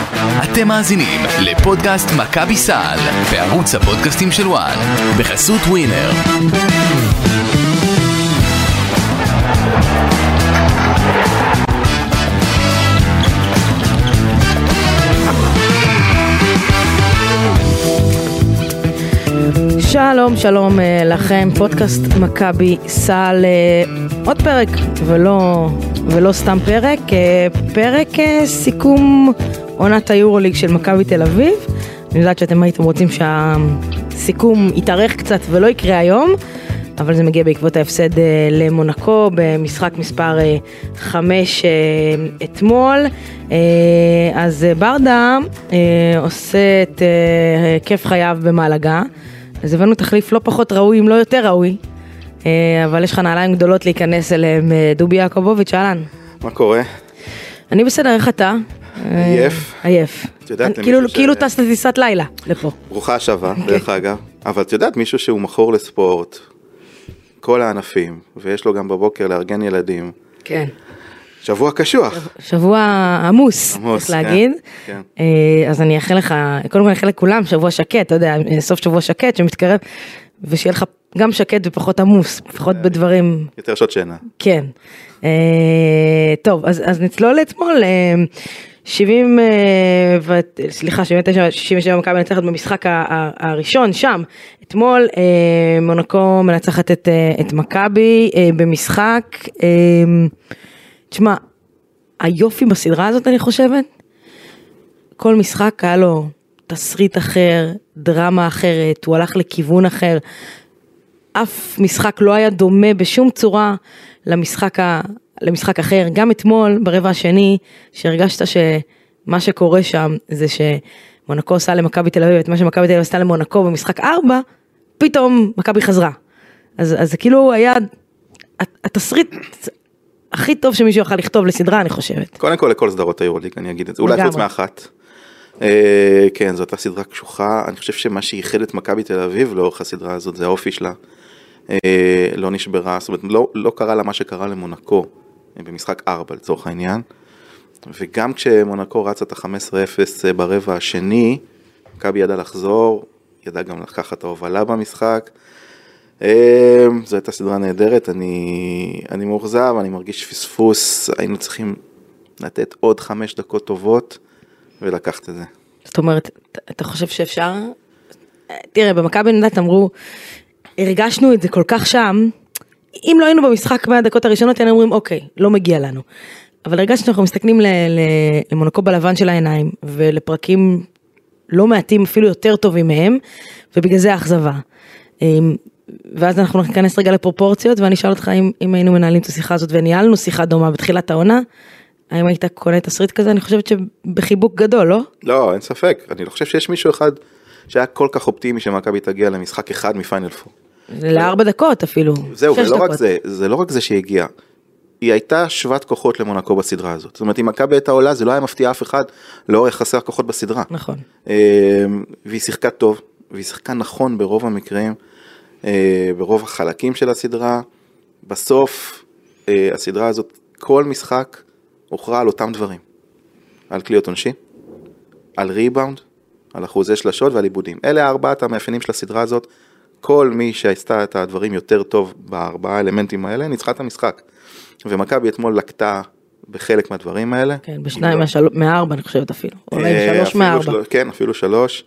אתם מאזינים לפודקאסט מכבי סל, בערוץ הפודקאסטים של וואן, בחסות ווינר. שלום, שלום לכם, פודקאסט מכבי סל, עוד פרק, ולא סתם פרק, פרק סיכום עונת היורוליג של מכבי תל אביב. אני יודעת שאתם הייתם רוצים שהסיכום יתארך קצת ולא יקרה היום, אבל זה מגיע בעקבות ההפסד למונקו במשחק מספר 5 אתמול. אז ברדה עושה את כיף חייו במעלגה, אז הבאנו תחליף לא פחות ראוי, אם לא יותר ראוי, אבל יש לך נעליים גדולות להיכנס אליהם. דובי יעקובוביץ', אהלן. מה קורה? אני בסדר, איך אתה? עייף. כאילו טסת טיסת לילה לפה. ברוכה השבה, דרך אגב. אבל את יודעת, מישהו שהוא מכור לספורט, כל הענפים, ויש לו גם בבוקר לארגן ילדים. כן. שבוע קשוח. שבוע עמוס, צריך להגיד. כן. אז אני אאחל לך, קודם כל אני אאחל לכולם שבוע שקט, אתה יודע, סוף שבוע שקט שמתקרב, ושיהיה לך גם שקט ופחות עמוס, פחות בדברים. יותר שעות שינה. כן. טוב, אז נצלול אתמול, 67 מכבי מנצחת במשחק הראשון שם. אתמול מונקו מנצחת את מכבי במשחק. תשמע, היופי בסדרה הזאת אני חושבת, כל משחק היה לו תסריט אחר, דרמה אחרת, הוא הלך לכיוון אחר, אף משחק לא היה דומה בשום צורה למשחק אחר. גם אתמול ברבע השני, שהרגשת שמה שקורה שם זה שמונקו עושה למכבי תל אביב את מה שמכבי תל אביב עשתה למונקו במשחק 4, פתאום מכבי חזרה. אז זה כאילו היה התסריט הכי טוב שמישהו יוכל לכתוב לסדרה, אני חושבת. קודם כל לכל סדרות היורוליג, אני אגיד את זה. אולי חוץ מאחת. כן, זו אותה סדרה קשוחה. אני חושב שמה שייחד את מכבי תל אביב לאורך הסדרה הזאת, זה האופי שלה. לא נשברה, זאת אומרת, לא קרה לה מה שקרה למונקו במשחק 4 לצורך העניין. וגם כשמונקו רצה את ה-15-0 ברבע השני, מכבי ידע לחזור, ידע גם לקחת ההובלה במשחק. זו הייתה סדרה נהדרת, אני מאוכזב, אני מרגיש פספוס, היינו צריכים לתת עוד 5 דקות טובות ולקחת את זה. זאת אומרת, אתה חושב שאפשר? תראה, במכבי נדעת אמרו, הרגשנו את זה כל כך שם, אם לא היינו במשחק מהדקות הראשונות, היינו אומרים, אוקיי, לא מגיע לנו. אבל הרגשנו שאנחנו מסתכלים למונקו בלבן של העיניים, ולפרקים לא מעטים, אפילו יותר טובים מהם, ובגלל זה האכזבה. ואז אנחנו ניכנס רגע לפרופורציות, ואני אשאל אותך אם היינו מנהלים את השיחה הזאת, וניהלנו שיחה דומה בתחילת העונה, האם היית קונה תסריט כזה? אני חושבת שבחיבוק גדול, לא? לא, אין ספק. אני לא חושב שיש מישהו אחד שהיה כל כך אופטימי שמכבי תגיע למשחק אחד מפיינל פור. ל4 דקות אפילו. זהו, זה לא רק זה שהגיע. היא הייתה שוות כוחות למונקו בסדרה הזאת. זאת אומרת, אם מכבי הייתה עולה, זה לא היה מפתיע אף אחד, לאורך חסר כוחות בסדרה. נכון. והיא שיחקה טוב, והיא שיחקה נכון ברוב המקרים, ברוב החלקים של הסדרה. בסוף, הסדרה הזאת, כל משחק הוכרע על אותם דברים. על קליות עונשין, על ריבאונד, על אחוזי שלשות ועל עיבודים. אלה 4 המאפיינים של הסדרה הזאת. כל מי שעשתה את הדברים יותר טוב ב4 האלמנטים האלה, ניצחה את המשחק. ומכבי אתמול לקטה בחלק מהדברים האלה. כן, ב2 מ4 אני חושבת אפילו. אולי 3 מ4. כן, אפילו 3.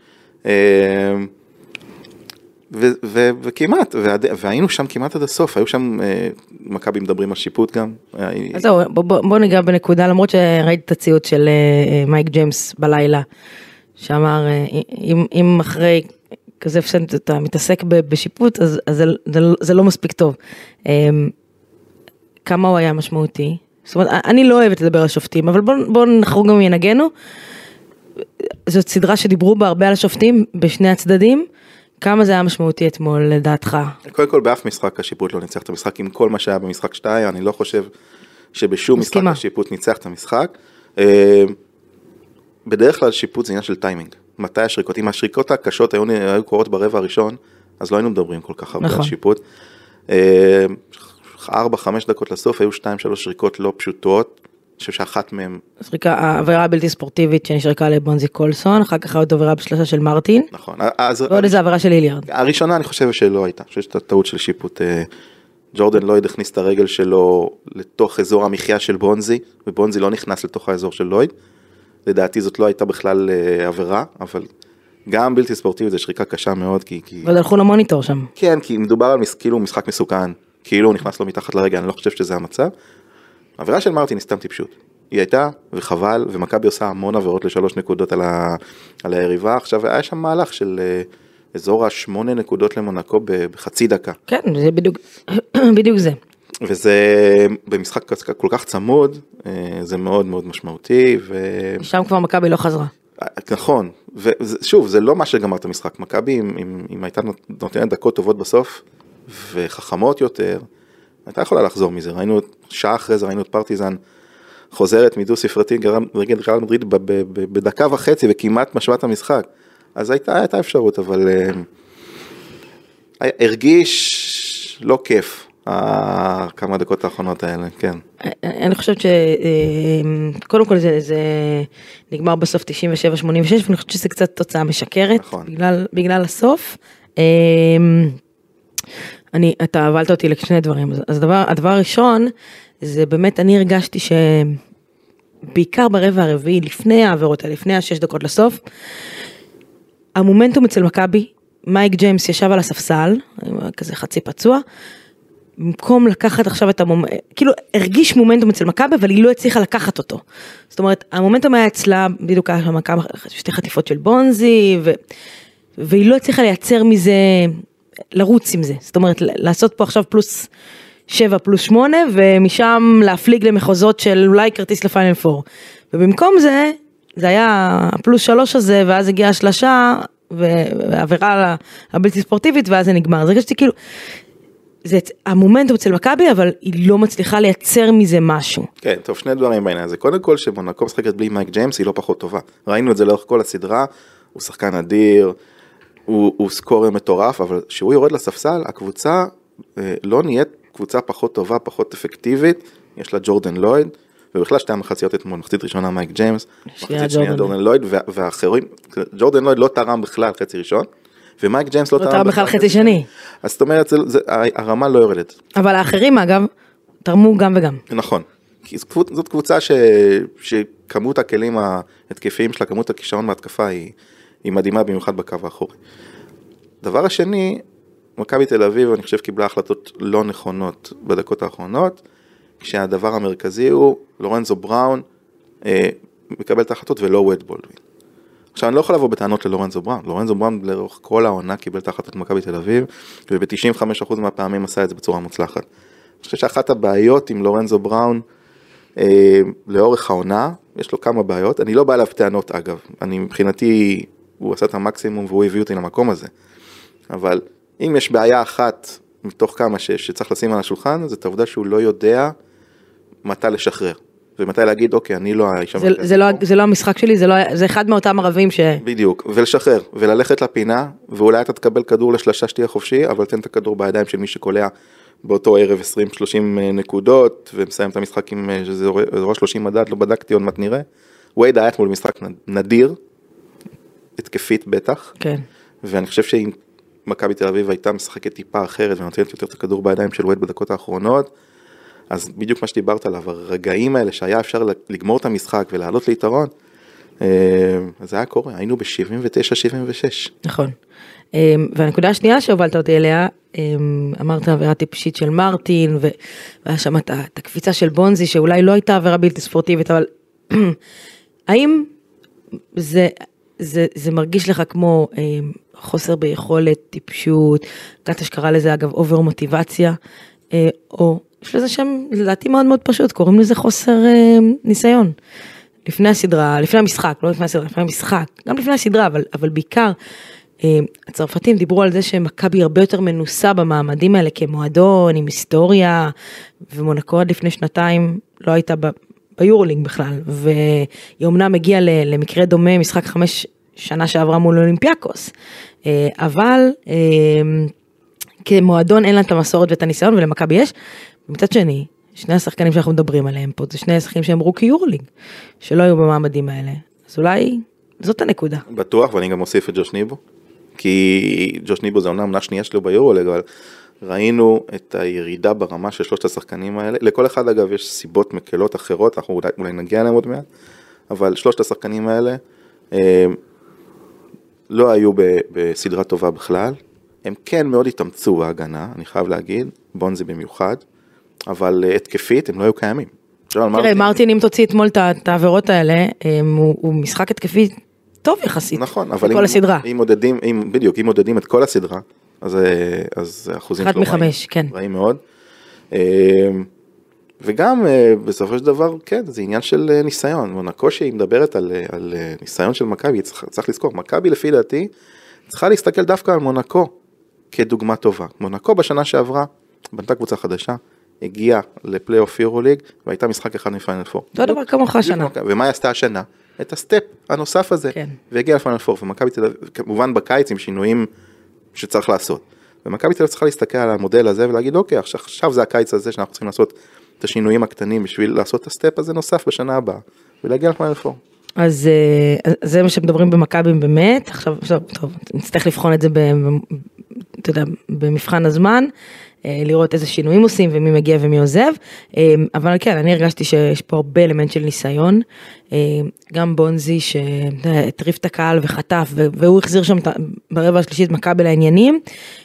וכמעט, והיינו שם כמעט עד הסוף, היו שם, מכבי מדברים על שיפוט גם. אז זהו, בוא ניגע בנקודה, למרות שראיתי את הציוט של מייק ג'יימס בלילה, שאמר, אם אחרי כזה הפסד אתה מתעסק בשיפוט, אז זה לא מספיק טוב. כמה הוא היה משמעותי? זאת אומרת, אני לא אוהבת לדבר על שופטים, אבל בואו נחרוג גם ינגנו. זאת סדרה שדיברו בה הרבה על השופטים, בשני הצדדים. כמה זה היה משמעותי אתמול לדעתך? קודם כל באף משחק השיפוט לא ניצח את המשחק, עם כל מה שהיה במשחק 2, אני לא חושב שבשום משחק השיפוט ניצח את המשחק. בדרך כלל שיפוט זה עניין של טיימינג. מתי השריקות? אם השריקות הקשות היו קורות ברבע הראשון, אז לא היינו מדברים כל כך הרבה על שיפוט. 4-5 דקות לסוף, היו 2-3 שריקות לא פשוטות, חושב שאחת מהם... העבירה הבלתי ספורטיבית שנשרקה לבונזי קולסון, אחר כך עוד עבירה בשלושה של מרטין. נכון. ועוד איזה עבירה של היליארד. הראשונה אני חושב שלא הייתה, אני חושב שהייתה טעות של שיפוט. ג'ורדן לויד הכניס את הרגל שלו לתוך אזור המחיה של בונזי, ובונזי לא נכנס לתוך האזור של לויד. לדעתי זאת לא הייתה בכלל עבירה, אבל גם בלתי ספורטיבית זה שריקה קשה מאוד, כי... ועוד הלכו למוניטור שם. כן, כי מדובר על כאילו משחק מסוכן, כאילו הוא נכנס לו מתחת לרגל, אני לא חושב שזה המצב. העבירה של מרטין היא סתם טיפשות. היא הייתה, וחבל, ומכבי עושה המון עבירות ל3 נקודות על היריבה. עכשיו, היה שם מהלך של אזור ה8 נקודות למונקו בחצי דקה. כן, זה בדיוק זה. וזה, במשחק כל כך צמוד, זה מאוד מאוד משמעותי. שם כבר מכבי לא חזרה. נכון, ושוב, זה לא מה שגמר את המשחק. מכבי, אם הייתה נותנת דקות טובות בסוף, וחכמות יותר, הייתה יכולה לחזור מזה. ראינו, שעה אחרי זה ראינו את פרטיזן, חוזרת מדו ספרתי נגד ריאל מדריד בדקה וחצי וכמעט משוואת המשחק. אז הייתה אפשרות, אבל הרגיש לא כיף כמה דקות האחרונות האלה, כן. אני חושבת שקודם כל זה נגמר בסוף 97-86, ואני חושבת שזה קצת תוצאה משקרת, בגלל הסוף. אתה הבלת אותי לשני דברים, אז הדבר הראשון, זה באמת אני הרגשתי שבעיקר ברבע הרביעי, לפני העבירות האלה, לפני 6 דקות לסוף, המומנטום אצל מכבי, מייק ג'יימס ישב על הספסל, כזה חצי פצוע, במקום לקחת עכשיו את המומנטום, כאילו הרגיש מומנטום אצל מכבי, אבל היא לא הצליחה לקחת אותו. זאת אומרת, המומנטום היה אצלה, בדיוק היה מכבי, 2 חטיפות של בונזי, והיא לא הצליחה לייצר מזה, לרוץ עם זה. זאת אומרת, לעשות פה עכשיו פלוס 7 פלוס 8, ומשם להפליג למחוזות של אולי כרטיס לפיינל 4. ובמקום זה, זה היה הפלוס 3 הזה, ואז הגיעה השלשה, והעבירה הבלתי ספורטיבית, ואז זה נגמר. זה הרגשתי כאילו, זה המומנטום אצל מכבי, אבל היא לא מצליחה לייצר מזה משהו. כן, טוב, שני דברים בעניין הזה. קודם כל, שמונקו משחקת בלי מייק ג'יימס, היא לא פחות טובה. ראינו את זה לאורך כל הסדרה, הוא שחקן אדיר, הוא סקורר מטורף, אבל כשהוא יורד לספסל, הקבוצה לא נהיית קבוצה פחות טובה, פחות אפקטיבית, יש לה ג'ורדן לויד, ובכלל שתי המחציות אתמול, מחצית ראשונה מייק ג'יימס, מחצית שנייה ג'ורדן לויד, והאחרים, ג'ורדן לויד לא תרם בכלל חצי ראשון, ומייק ג'יימס לא תרם בכלל חצי שני. אז זאת אומרת, הרמה לא יורדת. אבל האחרים אגב, תרמו גם וגם. נכון, כי זאת קבוצה שכמות הכלים ההתקפיים שלה, כמות הכישרון בהתקפה היא מדהימה במיוחד בקו האחורי. דבר השני, מכבי תל אביב, אני חושב, קיבלה החלטות לא נכונות בדקות האחרונות, כשהדבר המרכזי הוא, לורנזו בראון מקבל את ההחלטות ולא וייד בולדווין. עכשיו, אני לא יכול לבוא בטענות ללורנזו בראון. לורנזו בראון לאורך כל העונה קיבל את ההחלטות במכבי תל אביב, וב-95% מהפעמים עשה את זה בצורה מוצלחת. אני חושב שאחת הבעיות עם לורנזו בראון, לאורך העונה, יש לו כמה בעיות. אני לא בא אליו טענות, אגב. מבחינתי, הוא עשה את המקסימום והוא הביא אותי למקום הזה. אבל אם יש בעיה אחת מתוך כמה שצריך לשים על השולחן, זאת העובדה שהוא לא יודע מתי לשחרר. ומתי להגיד, אוקיי, אני לא האיש המרכזי. זה לא המשחק שלי, זה אחד מאותם ערבים בדיוק, ולשחרר, וללכת לפינה, ואולי אתה תקבל כדור לשלשה שתהיה חופשי, אבל תן את הכדור בידיים של מי שקולע באותו ערב 20-30 נקודות, ומסיים את המשחק עם שזה ראש 30 מדד, לא בדקתי, עוד מעט נראה. וייד היה אתמול משחק נדיר, התקפית בטח. כן. ואני חושב שאם מכבי תל אביב הייתה משחקת טיפה אחרת, ונותנת יותר את הכדור בידיים של וייד בדקות האחרונות, אז בדיוק מה שדיברת עליו, הרגעים האלה שהיה אפשר לגמור את המשחק ולעלות ליתרון, אז זה היה קורה, היינו ב-79-76. נכון. והנקודה השנייה שהובלת אותי אליה, אמרת עבירה טיפשית של מרטין, והיה שם את הקפיצה של בונזי, שאולי לא הייתה עבירה בלתי ספורטיבית, אבל האם זה מרגיש לך כמו חוסר ביכולת, טיפשות, קטש קרא לזה אגב אובר מוטיבציה, או יש לזה שם, לדעתי מאוד מאוד פשוט, קוראים לזה חוסר ניסיון. לפני הסדרה, לפני המשחק, לא לפני הסדרה, לפני המשחק, גם לפני הסדרה, אבל בעיקר, הצרפתים דיברו על זה שמכבי הרבה יותר מנוסה במעמדים האלה, כמועדון, עם היסטוריה, ומונקו עד לפני שנתיים לא הייתה ביורלינג בכלל, והיא אומנם הגיעה למקרה דומה, משחק 5 שנה שעברה מול אולימפיאקוס, אבל כמועדון אין לה את המסורת ואת הניסיון, ולמכבי יש. ומצד שני, שני השחקנים שאנחנו מדברים עליהם פה, זה שני השחקנים שהם רוקי יורליג, שלא היו במעמדים האלה. אז אולי זאת הנקודה. בטוח, ואני גם מוסיף את ג'וש ניבו, כי ג'וש ניבו זה אומנם עונה שנייה שלו ביורוליג, אבל ראינו את הירידה ברמה של שלושת השחקנים האלה. לכל אחד אגב יש סיבות מקלות אחרות, אנחנו אולי נגיע אליהם עוד מעט, אבל שלושת השחקנים האלה לא היו בסדרה טובה בכלל. הם כן מאוד התאמצו בהגנה, אני חייב להגיד, בונזי במיוחד, אבל התקפית הם לא היו קיימים. תראה, מרטין, אם תוציא אתמול את העבירות האלה, הוא משחק התקפי טוב יחסית. נכון, אבל כל הסדרה. בדיוק, אם מודדים את כל הסדרה, אז האחוזים שלו רעים מאוד. וגם בסופו של דבר, כן, זה עניין של ניסיון. מונקו שהיא מדברת על ניסיון של מכבי, צריך לזכור, מכבי לפי דעתי, צריכה להסתכל דווקא על מונקו כדוגמה טובה. מונקו בשנה שעברה, בנתה קבוצה חדשה, הגיעה לפלייאוף יורוליג, והייתה משחק אחד מפיינל פור. זה דבר כמוך השנה. ומה היא עשתה השנה? את הסטפ הנוסף הזה, והגיעה לפיינל פור, ומכבי תל אביב, כמובן בקיץ עם שינויים שצריך לעשות. ומכבי תל אביב צריכה להסתכל על המודל הזה, ולהגיד, אוקיי, עכשיו זה הקיץ הזה, שאנחנו צריכים לעשות את השינויים הקטנים, בשביל לעשות את הסטפ הזה נוסף בשנה הבאה, ולהגיע לפיינל פור. אז זה מה שמדברים במכבי באמת, עכשיו, טוב, נצטרך לבחון את זה אתה יודע, במבחן הזמן, לראות איזה שינויים עושים ומי מגיע ומי עוזב, אבל כן, אני הרגשתי שיש פה הרבה אלמנט של ניסיון, גם בונזי שהטריף את הקהל וחטף, והוא החזיר שם ברבע השלישית מכבי לעניינים,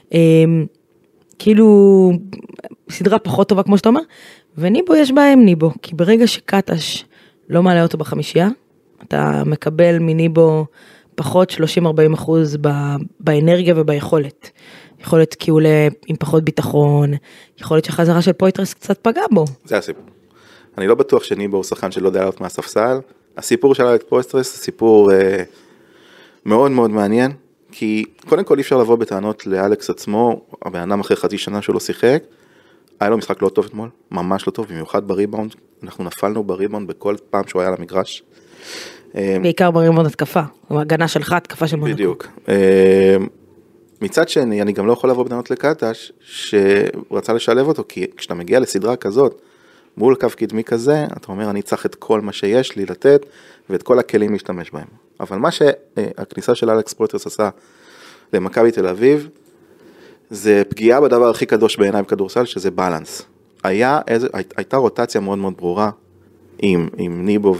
כאילו סדרה פחות טובה כמו שאתה אומר, וניבו יש בהם ניבו, כי ברגע שקטש לא מעלה אותו בחמישייה, אתה מקבל מניבו פחות 30-40% באנרגיה וביכולת. יכולת כי הוא עולה עם פחות ביטחון, יכולת שהחזרה של פויטרס קצת פגע בו. זה הסיפור. אני לא בטוח שניבו הוא שחקן שלא יודע לעלות מהספסל. הסיפור של פויטרס זה סיפור מאוד מאוד מעניין, כי קודם כל אי אפשר לבוא בטענות לאלכס עצמו, הבן אדם אחרי חצי שנה שהוא לא שיחק, היה לו משחק לא טוב אתמול, ממש לא טוב, במיוחד בריבאונד, אנחנו נפלנו בריבאונד בכל פעם שהוא היה על המגרש. בעיקר בריבאונד התקפה, הגנה שלך, התקפה של מונקו. בדיוק. מצד שני, אני גם לא יכול לבוא בטענות לקטש, שרצה לשלב אותו, כי כשאתה מגיע לסדרה כזאת, מול קו קדמי כזה, אתה אומר, אני צריך את כל מה שיש לי לתת, ואת כל הכלים להשתמש בהם. אבל מה שהכניסה של אלכס פויטרס עשה למכבי תל אביב, זה פגיעה בדבר הכי קדוש בעיניי בכדורסל, שזה בלנס. הייתה רוטציה מאוד מאוד ברורה, עם ניבו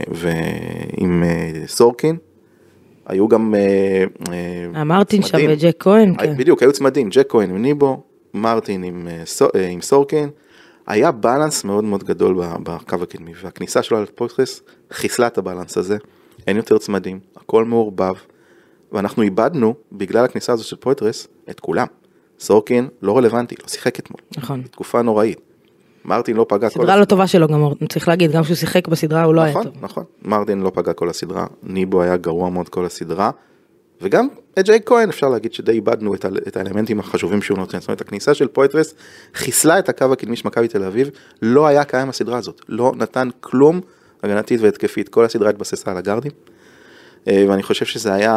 ועם סורקין, היו גם מרטין שם וג'ק כהן, כן. בדיוק, היו צמדים, ג'ק כהן עם ניבו, מרטין עם סורקין, היה בלנס מאוד מאוד גדול בקו הקדמי, והכניסה שלו על פויטרס חיסלה את הבלנס הזה, אין יותר צמדים, הכל מעורבב, ואנחנו איבדנו, בגלל הכניסה הזו של פויטרס, את כולם. סורקין לא רלוונטי, לא שיחק אתמול. נכון. תקופה נוראית. מרטין לא פגע כל הסדרה לא טובה שלו, גם צריך להגיד, גם כשהוא שיחק בסדרה הוא לא היה טוב. נכון, מרטין לא פגע כל הסדרה, ניבו היה גרוע מאוד כל הסדרה, וגם את ג'ק כהן אפשר להגיד שדי איבדנו את האלמנטים החשובים שהוא נותן. זאת אומרת, הכניסה של פויטרס חיסלה את הקו הקדמי של מכבי תל אביב, לא היה קיים הסדרה הזאת, לא נתן כלום הגנתית והתקפית, כל הסדרה התבססה על הגארדים, ואני חושב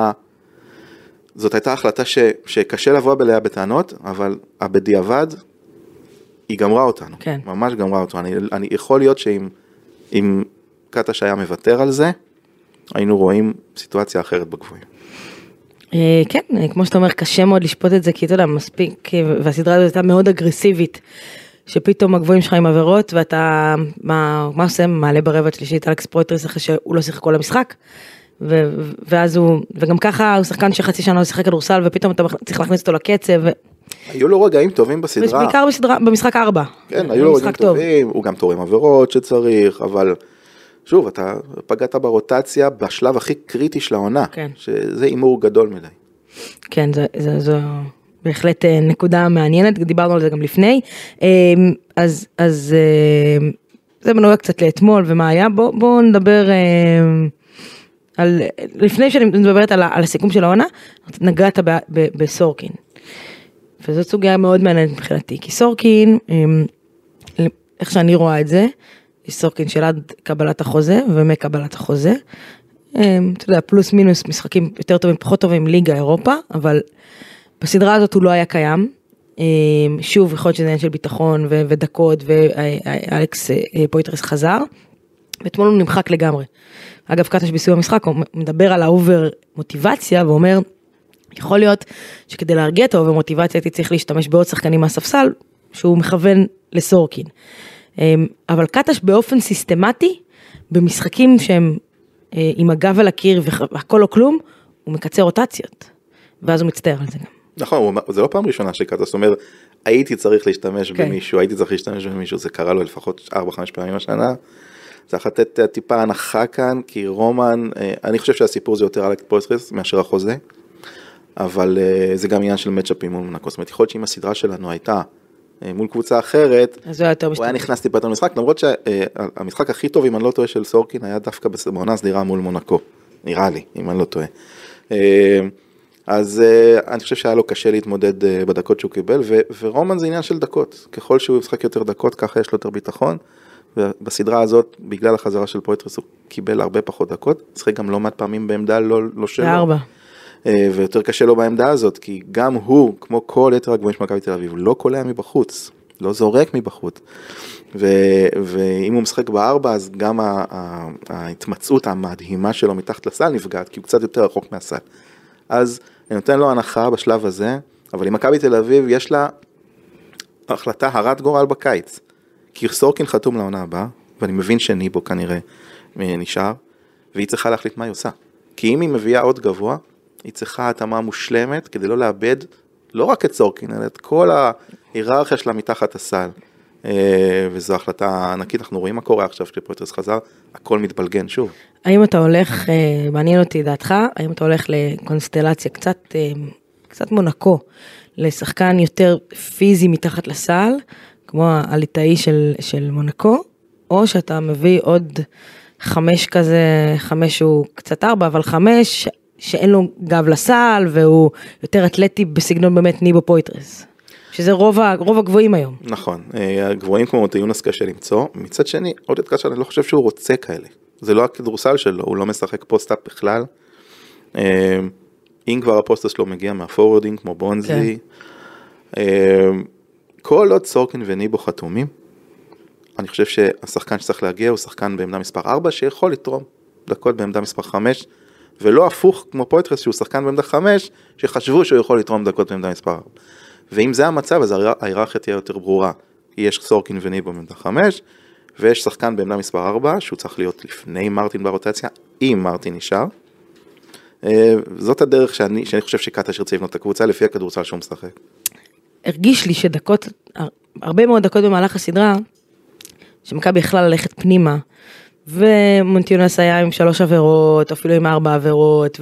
זאת הייתה החלטה שקשה לבוא בליה בטענות, אבל בדיעבד היא גמרה אותנו, כן. ממש גמרה אותנו. אני יכול להיות שאם קטש היה מוותר על זה, היינו רואים סיטואציה אחרת בגבוהים. כן, כמו שאתה אומר, קשה מאוד לשפוט את זה, כי אתה יודע, מספיק, והסדרה הזאת הייתה מאוד אגרסיבית, שפתאום הגבוהים שלך עם עבירות, ואתה, מה עושה? מעלה ברבע השלישית, אלכס פויטרס, אחרי שהוא לא שיחק כל המשחק, ואז וגם ככה הוא שחקן שחצי שנה לא שיחק כדורסל, ופתאום אתה צריך להכניס אותו לקצב, היו לו רגעים טובים בסדרה. בעיקר במשחק 4. כן, היו לו רגעים טובים, הוא גם תורם עבירות שצריך, אבל שוב, אתה פגעת ברוטציה בשלב הכי קריטי של העונה, שזה אימור גדול מדי. כן, זו בהחלט נקודה מעניינת, דיברנו על זה גם לפני, אז זה מנוע קצת לאתמול ומה היה, בואו נדבר לפני שאני מדברת על הסיכום של העונה, נגעת בסורקין. וזאת סוגיה מאוד מעניינת מבחינתי, כי סורקין, איך שאני רואה את זה, יש סורקין של עד קבלת החוזה ומקבלת החוזה, אתה יודע, פלוס מינוס משחקים יותר טובים, פחות טובים, ליגה אירופה, אבל בסדרה הזאת הוא לא היה קיים, שוב, יכול להיות שזה עניין של ביטחון ודקות, ואלכס פויטרס חזר, ואתמול הוא נמחק לגמרי. אגב, קטש בסיום המשחק, הוא מדבר על האובר מוטיבציה, ואומר, יכול להיות שכדי להרגיע את האובר מוטיבציה, הייתי צריך להשתמש בעוד שחקנים מהספסל, שהוא מכוון לסורקין. אבל קטש באופן סיסטמטי, במשחקים שהם עם הגב על הקיר והכל או כלום, הוא מקצר רוטציות, ואז הוא מצטער על זה גם. נכון, זה לא פעם ראשונה שקטש אומר, הייתי צריך להשתמש במישהו, זה קרה לו לפחות 4-5 פעמים השנה, צריך לתת טיפה הנחה כאן, כי רומן, אני חושב שהסיפור זה יותר אלכס פויטרס מאשר החוזה, אבל זה גם עניין של מצ'אפים מול מונקו, זאת אומרת, יכול להיות שאם הסדרה שלנו הייתה מול קבוצה אחרת, הוא היה נכנס טיפה יותר משחק, למרות שהמשחק הכי טוב, אם אני לא טועה, של סורקין, היה דווקא בעונה סדירה מול מונקו, נראה לי, אם אני לא טועה. אז אני חושב שהיה לו קשה להתמודד בדקות שהוא קיבל, ורומן זה עניין של דקות, ככל שהוא משחק יותר דקות, ככה יש לו יותר ביטחון, ובסדרה הזאת, בגלל החזרה של פויטרס, הוא קיבל הרבה פחות דקות, צריך גם לא מעט פעמים בעמדה לא שלו. 4. ויותר קשה לו בעמדה הזאת, כי גם הוא, כמו כל יתר הגבוהים של מכבי תל אביב, לא קולע מבחוץ, לא זורק מבחוץ, ואם הוא משחק ב4, אז גם ההתמצאות המדהימה שלו מתחת לסל נפגעת, כי הוא קצת יותר רחוק מהסל. אז אני נותן לו הנחה בשלב הזה, אבל עם מכבי תל אביב יש לה החלטה הרת גורל בקיץ, כי סורקין חתום לעונה הבאה, ואני מבין שניבו כנראה נשאר, והיא צריכה להחליט מה היא עושה. כי אם היא מביאה עוד גבוה, היא צריכה התאמה מושלמת, כדי לא לאבד, לא רק את סורקין, אלא את כל ההיררכיה שלה מתחת הסל. וזו החלטה ענקית, אנחנו רואים מה קורה עכשיו שפויטרס חזר, הכל מתבלגן שוב. האם אתה הולך, מעניין אותי דעתך, האם אתה הולך לקונסטלציה קצת מונקו, לשחקן יותר פיזי מתחת לסל, כמו הליטאי של מונקו, או שאתה מביא עוד 5 כזה, 5 הוא קצת 4, אבל 5 שאין לו גב לסל, והוא יותר אתלטי בסגנון באמת ניבו פויטרס. שזה רוב הגבוהים היום. נכון, הגבוהים כמו מוטיונס קשה למצוא, מצד שני, עוד את קשה, אני לא חושב שהוא רוצה כאלה. זה לא הכדורסל שלו, הוא לא משחק פוסט-אפ בכלל. אם כבר הפוסט שלו מגיע מהפורורדינג, כמו בונזי, כל עוד סורקין וניבו חתומים, אני חושב שהשחקן שצריך להגיע הוא שחקן בעמדה מספר 4, שיכול לתרום דקות בעמדה מספר 5, ולא הפוך כמו פויטרס שהוא שחקן בעמדה 5, שחשבו שהוא יכול לתרום דקות בעמדה מספר 4. ואם זה המצב, אז ההיררכיה תהיה יותר ברורה. יש סורקין וניבו בעמדה 5, ויש שחקן בעמדה מספר 4, שהוא צריך להיות לפני מרטין ברוטציה, אם מרטין נשאר. זאת הדרך שאני חושב שקטש ירצה לבנות את הקבוצה, לפי הכדורסל שהוא משחק. הרגיש לי שדקות, הרבה מאוד דקות במהלך הסדרה, שמכבי יכלה ללכת פנימה, ומונטיונס היה עם 3 עבירות, אפילו עם 4 עבירות,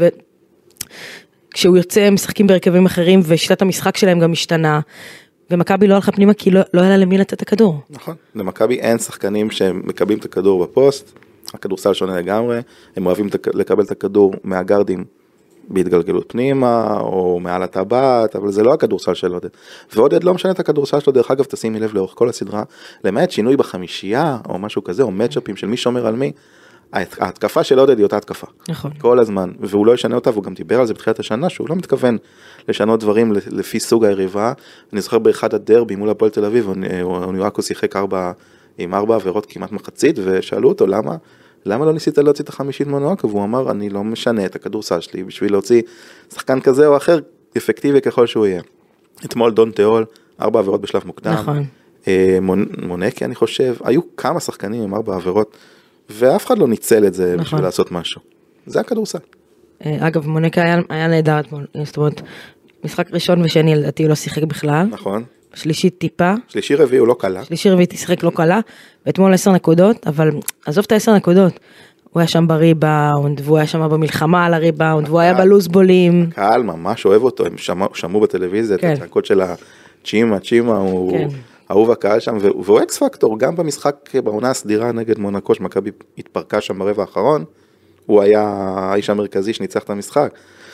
כשהוא יוצא משחקים בהרכבים אחרים, ושיטת המשחק שלהם גם משתנה, ומכבי לא הלכה פנימה, כי לא היה לה למי לתת את הכדור. נכון, למכבי אין שחקנים שמקבלים את הכדור בפוסט, הכדורסל שונה לגמרי, הם אוהבים לקבל את הכדור מהגרדים, בהתגלגלות פנימה, או מעל הטבעת, אבל זה לא הכדורסל של עודד. ועודד לא משנה את הכדורסל שלו, דרך אגב, תשימי לב לאורך כל הסדרה, למעט שינוי בחמישייה, או משהו כזה, או מצ'אפים של מי שומר על מי, ההתקפה של עודד היא אותה התקפה. נכון. כל הזמן, והוא לא ישנה אותה, והוא גם דיבר על זה בתחילת השנה, שהוא לא מתכוון לשנות דברים לפי סוג היריבה. אני זוכר באחד הדרבי מול הפועל תל אביב, אוניואקו שיחק 4 עם 4 עבירות כמעט מחצית, ושאלו אותו למה לא ניסית להוציא את החמישית מונואקו, והוא אמר, אני לא משנה את הכדורסל שלי, בשביל להוציא שחקן כזה או אחר, אפקטיבי ככל שהוא יהיה. אתמול דון תיאול, 4 עבירות בשלב מוקדם. נכון. מונקי, אני חושב, היו כמה שחקנים עם 4 עבירות, ואף אחד לא ניצל את זה נכון. בשביל לעשות משהו. זה הכדורסל. אגב, מונקי היה נהדר אתמול, זאת אומרת, משחק ראשון ושני, לדעתי הוא לא שיחק בכלל. נכון. שלישי טיפה. שלישי רביעי הוא לא קלה. שלישי רביעי תשחק לא קלה, ואתמול 10 נקודות, אבל עזוב את 10 נקודות, הוא היה שם בריבאונד, והוא היה שם במלחמה על הריבאונד, והוא היה בלוזבולים. הקהל ממש אוהב אותו, הם שמעו בטלוויזיה, את הצעקות של הצ'ימה, הוא אהוב הקהל שם, והוא אקס פקטור, גם במשחק בעונה הסדירה נגד מונקו, שמכבי התפרקה שם ברבע האחרון, הוא היה האיש המרכזי שניצח את המשחק.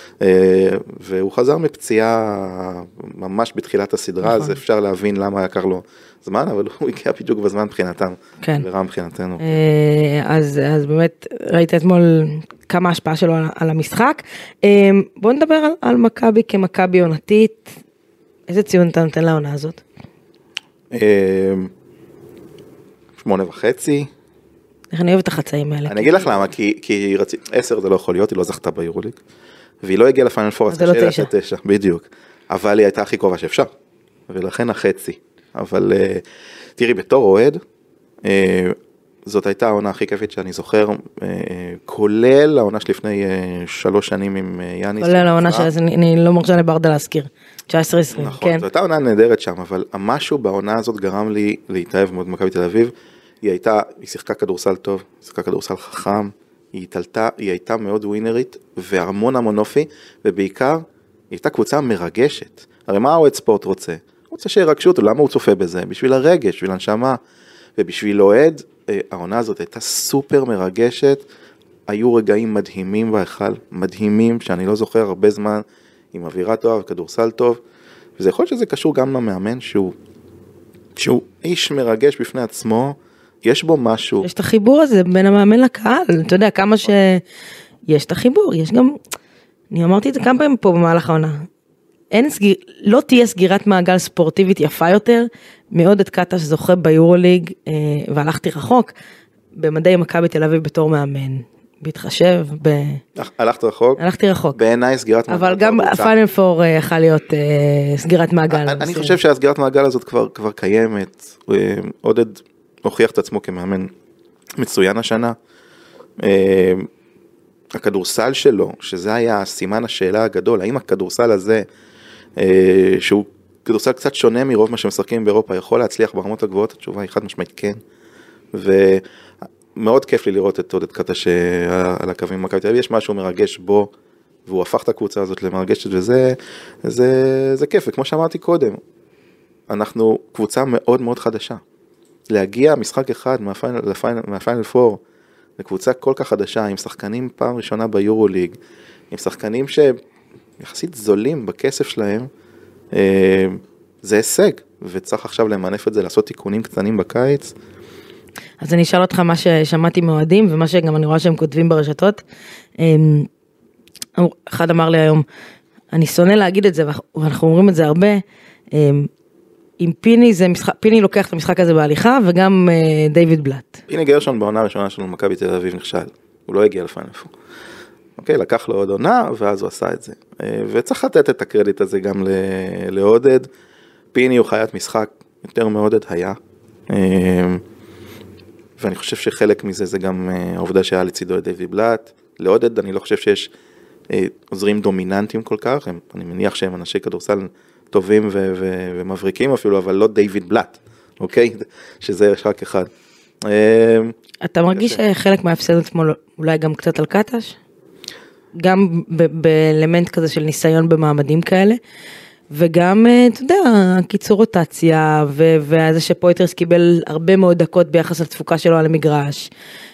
והוא חזר מפציעה ממש בתחילת הסדרה, אז אפשר להבין למה יקר לו זמן, אבל הוא הגיע בדיוק בזמן מבחינתם, ורם מבחינתנו. אז באמת ראית אתמול כמה השפעה שלו על המשחק. בואו נדבר על מכבי כמכבי עונתית, איזה ציון אתה נותן לעונה הזאת? 8.5. איך אני אוהבת את החצאים האלה. אני אגיד לך למה, כי 10 זה לא יכול להיות, היא לא זכתה ביורוליג, והיא לא הגיעה לפיינל פור, אז זה לא 9. בדיוק. אבל היא הייתה הכי קרובה שאפשר, ולכן החצי. אבל תראי, בתור אוהד, זאת הייתה העונה הכי כיפית שאני זוכר, כולל העונה שלפני 3 שנים עם יאניס. כולל העונה שאני לא מרשה לברדה להזכיר, 19-20, נכון, כן. זו הייתה עונה נהדרת שם, אבל המשהו בעונה הזאת גרם לי להתאהב מאוד במכבי תל אביב. היא שיחקה כדורסל טוב, היא שיחקה כדורסל חכם, היא הייתה מאוד ווינרית, והמון אופי, ובעיקר, היא הייתה קבוצה מרגשת. הרי מה האוהד ספורט רוצה? הוא רוצה שירגשו אותו, למה הוא צופה בזה? בשביל הרגש, בשביל הנשמה, ובשביל אוהד, העונה הזאת הייתה סופר מרגשת, היו רגעים מדהימים בהיכל, מדהימים, שאני לא זוכר הרבה זמן, עם אווירה טובה וכדורסל טוב, וזה יכול להיות שזה קשור גם למאמן, שהוא איש מרגש בפני עצמו, יש בו משהו. יש את החיבור הזה בין המאמן לקהל, אתה יודע, כמה שיש את החיבור, יש גם, אני אמרתי את זה כמה פעמים פה במהלך העונה, לא תהיה סגירת מעגל ספורטיבית יפה יותר, מעודד קטש זוכה ביורוליג, והלכתי רחוק, במדי מכבי תל אביב בתור מאמן, בהתחשב הלכת רחוק? הלכתי רחוק. בעיניי סגירת מעגל. אבל גם הפיינל פור יכול להיות סגירת מעגל. אני חושב שהסגירת מעגל הזאת כבר קיימת, עודד הוכיח את עצמו כמאמן מצוין השנה, הכדורסל שלו, שזה היה סימן השאלה הגדול, האם הכדורסל הזה, שהוא כדורסל קצת שונה מרוב מה שמשחקים באירופה, יכול להצליח ברמות הגבוהות? התשובה היא חד משמעית כן, ומאוד כיף לי לראות את עודד קטש על הקווים במכבי תל אביב, יש משהו מרגש בו, והוא הפך את הקבוצה הזאת למרגשת, וזה כיף, וכמו שאמרתי קודם, אנחנו קבוצה מאוד מאוד חדשה, להגיע משחק אחד מהפיינל פור, לקבוצה כל כך חדשה, עם שחקנים פעם ראשונה ביורוליג, עם שחקנים שיחסית זולים בכסף שלהם, זה הישג, וצריך עכשיו למנף את זה, לעשות תיקונים קטנים בקיץ. אז אני אשאל אותך מה ששמעתי מאוהדים, ומה שגם אני רואה שהם כותבים ברשתות. אחד אמר לי היום, אני שונא להגיד את זה, ואנחנו אומרים את זה הרבה, עם פיני, פיני לוקח את המשחק הזה בהליכה, וגם דיוויד בלאט. פיני גרשון בעונה הראשונה שלנו, מכבי תל אביב נכשל, הוא לא הגיע לפיינל פור. אוקיי, לקח לו עוד עונה, ואז הוא עשה את זה. וצריך לתת את הקרדיט הזה גם לעודד. פיני הוא חיית משחק יותר מעודד היה. ואני חושב שחלק מזה זה גם העובדה שהיה לצידו את דיוויד בלאט. לעודד אני לא חושב שיש עוזרים דומיננטיים כל כך, אני מניח שהם אנשי כדורסל טובים ומבריקים אפילו, אבל לא דיוויד בלאט, אוקיי? שזה רק אחד. אתה מרגיש שחלק מההפסד אתמול אולי גם קצת על קטש? גם באלמנט כזה של ניסיון במעמדים כאלה, וגם, אתה יודע, קיצור רוטציה, וזה שפויטרס קיבל הרבה מאוד דקות ביחס לתפוקה שלו על המגרש,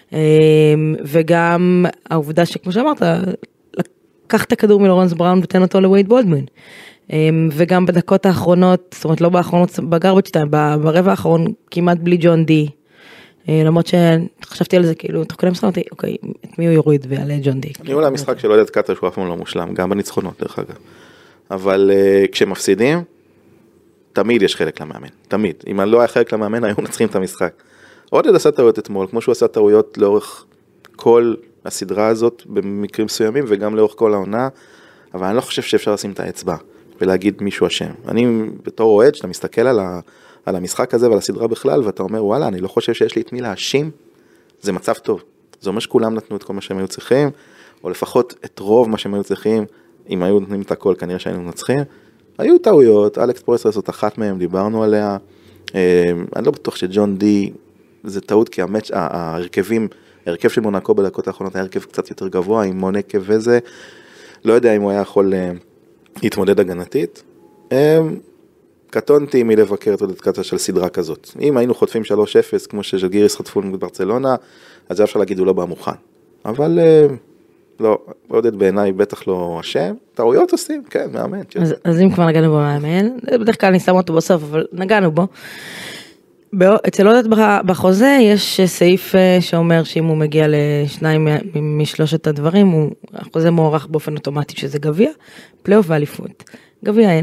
וגם העובדה שכמו שאמרת, לקח את הכדור מלורנס בראון ותן אותו לווייד בולדמן, וגם בדקות האחרונות, זאת אומרת לא באחרונות בגרבג' טיים, ברבע האחרון כמעט בלי ג'ון די, למרות שחשבתי על זה כאילו, תוך כדי משחק אמרתי, אוקיי, את מי הוא יוריד ויעלה ג'ון די. אני אולי משחק של עודד קטש הוא אף פעם לא מושלם, גם בניצחונות דרך אגב. אבל כשמפסידים, תמיד יש חלק למאמן, תמיד. אם לא היה חלק למאמן, היו מנצחים את המשחק. עודד עשה טעויות אתמול, כמו שהוא עשה טעויות לאורך כל הסדרה הזאת, במקרים מסוימים, וגם לאורך כל העונה, אבל אני לא חושב שאפשר לשים את האצבע, ולהגיד מישהו אשם. אני בתור אוהד, שאתה מסתכל על המשחק הזה ועל הסדרה בכלל, ואתה אומר, וואלה, אני לא חושב שיש לי את מי להאשים, זה מצב טוב. זה אומר שכולם נתנו את כל מה שהם היו צריכים, או לפחות את רוב מה שהם היו צריכים, אם היו נותנים את הכל, כנראה שהיינו מנצחים. היו טעויות, אלכס פויטרס זאת אחת מהם, דיברנו עליה. אני לא בטוח שג'ון די, זה טעות, כי ההרכב של מונקו בדקות האחרונות, היה הרכב קצת יותר גבוה, עם מונקה וזה, לא יודע אם הוא היה יכול להתמודד הגנתית. קטונתי מלבקר את עודד קטש של סדרה כזאת. אם היינו חוטפים 3-0, כמו שז'לגיריס חטפו בברצלונה, אז זה אפשר להגיד, הוא לא בא מוכן. אבל לא, עודד בעיניי בטח לא אשם, טעויות עושים, כן, מאמן. אז אם כבר נגענו במאמן, בדרך כלל אני שם אותו בסוף, אבל נגענו בו. אצל עודד בחוזה יש סעיף שאומר שאם הוא מגיע לשניים משלושת הדברים, החוזה מוערך באופן אוטומטי שזה גביע, פלייאוף ואליפות. גביע אין,